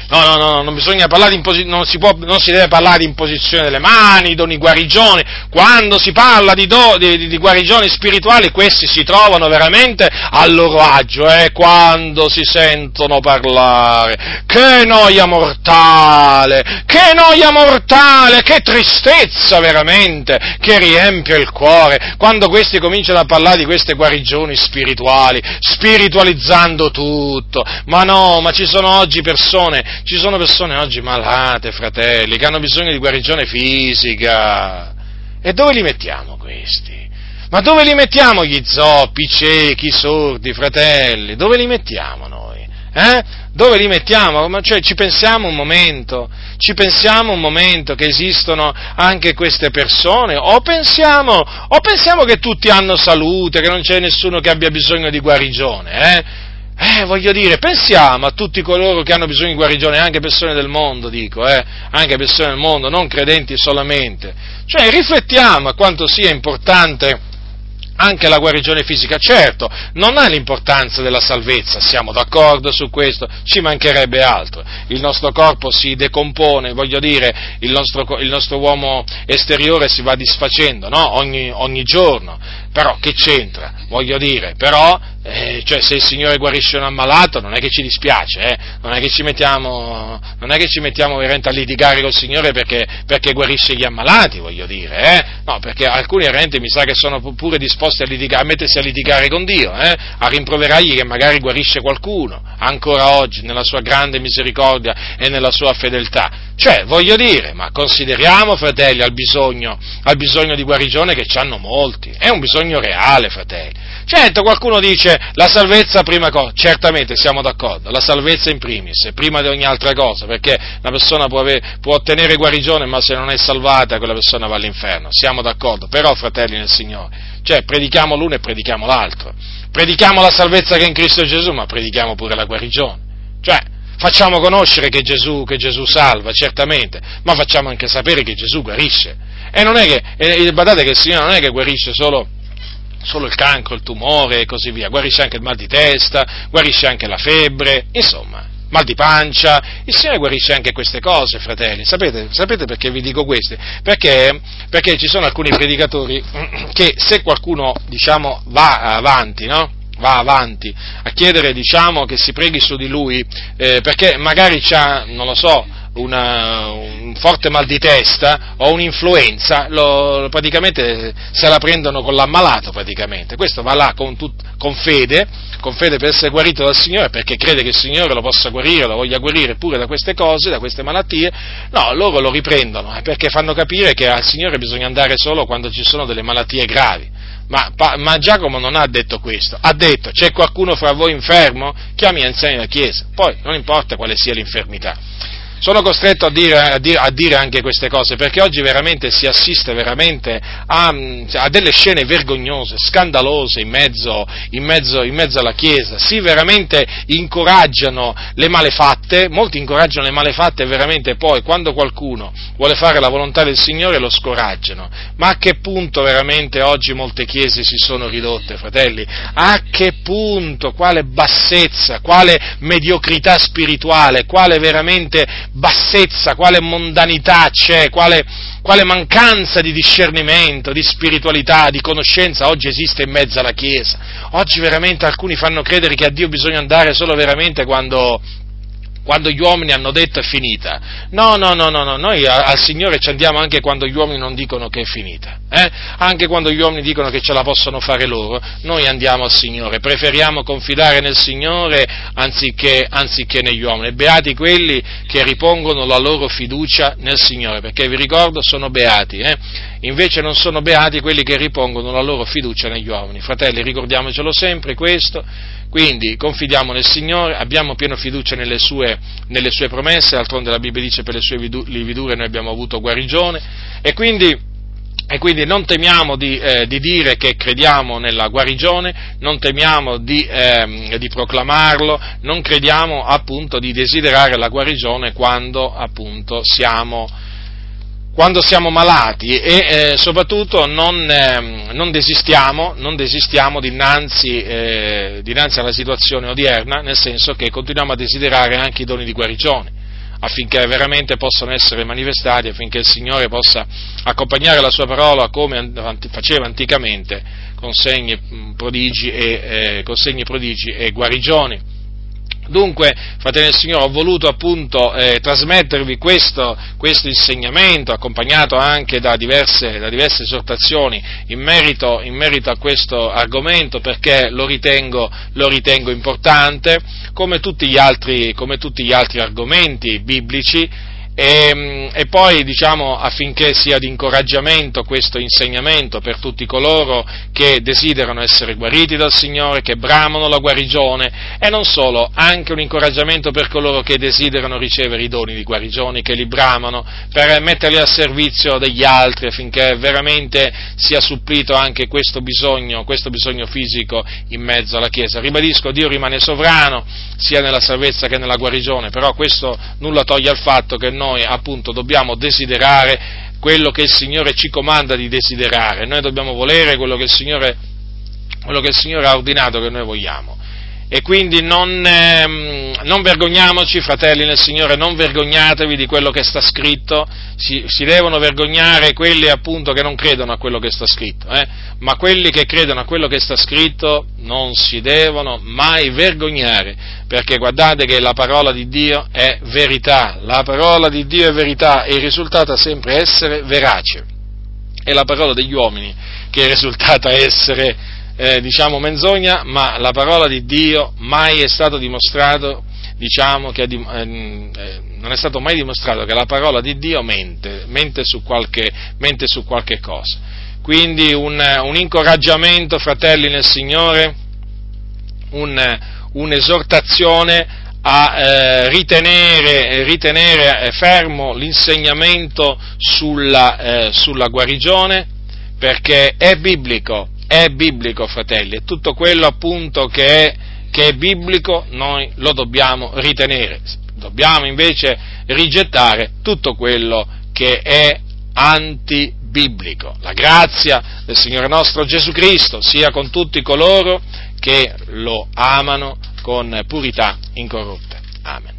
no, no, no, non bisogna parlare di imposi- non si può, non si deve parlare di imposizione delle mani, doni guarigioni. Quando si parla di, do, di, di, di guarigioni spirituali, questi si trovano veramente a loro agio, eh, quando si sentono parlare. Che noia mortale, che noia mortale, che tristezza veramente, che riempie il cuore, quando questi cominciano a parlare di queste guarigioni spirituali, spiritualizzando tutto. Ma no, ma ci sono oggi persone, ci sono persone oggi malate, fratelli, che hanno bisogno di guarigione fisica. E dove li mettiamo questi? Ma dove li mettiamo gli zoppi, i ciechi, i sordi, fratelli? Dove li mettiamo noi? Eh? Dove li mettiamo? Ma cioè, ci pensiamo un momento? Ci pensiamo un momento che esistono anche queste persone? O pensiamo, o pensiamo che tutti hanno salute, che non c'è nessuno che abbia bisogno di guarigione, eh? Eh, voglio dire, pensiamo a tutti coloro che hanno bisogno di guarigione, anche persone del mondo, dico, eh, anche persone del mondo, non credenti solamente. Cioè, riflettiamo a quanto sia importante anche la guarigione fisica. Certo, non ha l'importanza della salvezza, siamo d'accordo su questo, ci mancherebbe altro. Il nostro corpo si decompone, voglio dire, il nostro, il nostro uomo esteriore si va disfacendo, no? Ogni, ogni giorno. Però che c'entra? Voglio dire, però, eh, cioè se il Signore guarisce un ammalato non è che ci dispiace, eh? non è che ci mettiamo, non è che ci mettiamo veramente a litigare col Signore perché, perché guarisce gli ammalati, voglio dire, eh? No, perché alcuni veramente mi sa che sono pure disposti a litigare, a mettersi a litigare con Dio, eh? A rimproverargli che magari guarisce qualcuno, ancora oggi, nella sua grande misericordia e nella sua fedeltà. Cioè, voglio dire, ma consideriamo, fratelli, al bisogno, al bisogno di guarigione che ci hanno molti, è un bisogno reale, fratelli. Certo, qualcuno dice, la salvezza prima cosa, certamente siamo d'accordo, la salvezza in primis, prima di ogni altra cosa, perché una persona può, avere, può ottenere guarigione, ma se non è salvata, quella persona va all'inferno, siamo d'accordo, però, fratelli nel Signore, cioè, predichiamo l'uno e predichiamo l'altro, predichiamo la salvezza che è in Cristo Gesù, ma predichiamo pure la guarigione, cioè, facciamo conoscere che Gesù, che Gesù salva, certamente, ma facciamo anche sapere che Gesù guarisce. E non è che, e badate che il Signore non è che guarisce solo, solo il cancro, il tumore e così via, guarisce anche il mal di testa, guarisce anche la febbre, insomma, mal di pancia, il Signore guarisce anche queste cose, fratelli. Sapete, sapete perché vi dico queste? Perché, perché ci sono alcuni predicatori che se qualcuno, diciamo, va avanti, no? va avanti a chiedere, diciamo, che si preghi su di lui, eh, perché magari c'ha, non lo so, una, un forte mal di testa o un'influenza, lo, praticamente se la prendono con l'ammalato, praticamente. Questo va là con, tut, con fede, con fede per essere guarito dal Signore, perché crede che il Signore lo possa guarire, lo voglia guarire pure da queste cose, da queste malattie. No, loro lo riprendono, eh, perché fanno capire che al Signore bisogna andare solo quando ci sono delle malattie gravi. Ma, ma Giacomo non ha detto questo, ha detto: c'è qualcuno fra voi infermo? Chiami e insegni la Chiesa. Poi non importa quale sia l'infermità. Sono costretto a dire, a, dire, a dire anche queste cose, perché oggi veramente si assiste veramente a, a delle scene vergognose, scandalose in mezzo, in, mezzo, in mezzo alla Chiesa. Si veramente incoraggiano le malefatte, molti incoraggiano le malefatte e veramente poi quando qualcuno vuole fare la volontà del Signore lo scoraggiano. Ma a che punto veramente oggi molte chiese si sono ridotte, fratelli? A che punto? Quale bassezza, quale mediocrità spirituale, quale veramente bassezza, quale mondanità c'è, quale, quale mancanza di discernimento, di spiritualità, di conoscenza oggi esiste in mezzo alla Chiesa. Oggi veramente alcuni fanno credere che a Dio bisogna andare solo veramente quando... quando gli uomini hanno detto è finita. No, no, no, no, no, noi al Signore ci andiamo anche quando gli uomini non dicono che è finita, eh? Anche quando gli uomini dicono che ce la possono fare loro, noi andiamo al Signore, preferiamo confidare nel Signore anziché, anziché negli uomini. Beati quelli che ripongono la loro fiducia nel Signore, perché vi ricordo sono beati, eh? Invece non sono beati quelli che ripongono la loro fiducia negli uomini. Fratelli, ricordiamocelo sempre questo. Quindi confidiamo nel Signore, abbiamo piena fiducia nelle sue, nelle sue promesse, d'altronde la Bibbia dice per le sue lividure noi abbiamo avuto guarigione, e quindi, e quindi non temiamo di, eh, di dire che crediamo nella guarigione, non temiamo di, eh, di proclamarlo, non crediamo appunto di desiderare la guarigione quando appunto siamo quando siamo malati e eh, soprattutto non, eh, non desistiamo, non desistiamo dinanzi, eh, dinanzi alla situazione odierna, nel senso che continuiamo a desiderare anche i doni di guarigione, affinché veramente possano essere manifestati, affinché il Signore possa accompagnare la sua parola come faceva anticamente, con segni, prodigi e, eh, con segni, prodigi e guarigioni. Dunque, fratelli del Signore, ho voluto appunto eh, trasmettervi questo, questo insegnamento, accompagnato anche da diverse, da diverse esortazioni in merito, in merito a questo argomento, perché lo ritengo, lo ritengo importante, come tutti gli altri, come tutti gli altri argomenti biblici. E, e poi, diciamo, affinché sia di incoraggiamento questo insegnamento per tutti coloro che desiderano essere guariti dal Signore, che bramano la guarigione, e non solo, anche un incoraggiamento per coloro che desiderano ricevere i doni di guarigione, che li bramano, per metterli al servizio degli altri, affinché veramente sia supplito anche questo bisogno, questo bisogno fisico in mezzo alla Chiesa. Ribadisco, Dio rimane sovrano, sia nella salvezza che nella guarigione, però questo nulla toglie al fatto che noi Noi appunto dobbiamo desiderare quello che il Signore ci comanda di desiderare, noi dobbiamo volere quello che il Signore, quello che il Signore ha ordinato che noi vogliamo. E quindi non, ehm, non vergogniamoci, fratelli nel Signore, non vergognatevi di quello che sta scritto, si, si devono vergognare quelli appunto che non credono a quello che sta scritto, eh? Ma quelli che credono a quello che sta scritto non si devono mai vergognare, perché guardate che la parola di Dio è verità, la parola di Dio è verità e il risultato è sempre essere verace, è la parola degli uomini che è risultata essere Eh, diciamo menzogna, ma la parola di Dio mai è stato dimostrato, diciamo che eh, non è stato mai dimostrato che la parola di Dio mente, mente su qualche, mente su qualche cosa. Quindi un, un incoraggiamento, fratelli nel Signore, un, un'esortazione a eh, ritenere, ritenere fermo l'insegnamento sulla, eh, sulla guarigione, perché è biblico. È biblico, fratelli, e tutto quello appunto che è, che è biblico noi lo dobbiamo ritenere, dobbiamo invece rigettare tutto quello che è antibiblico. La grazia del Signore nostro Gesù Cristo sia con tutti coloro che lo amano con purità incorrotta. Amen.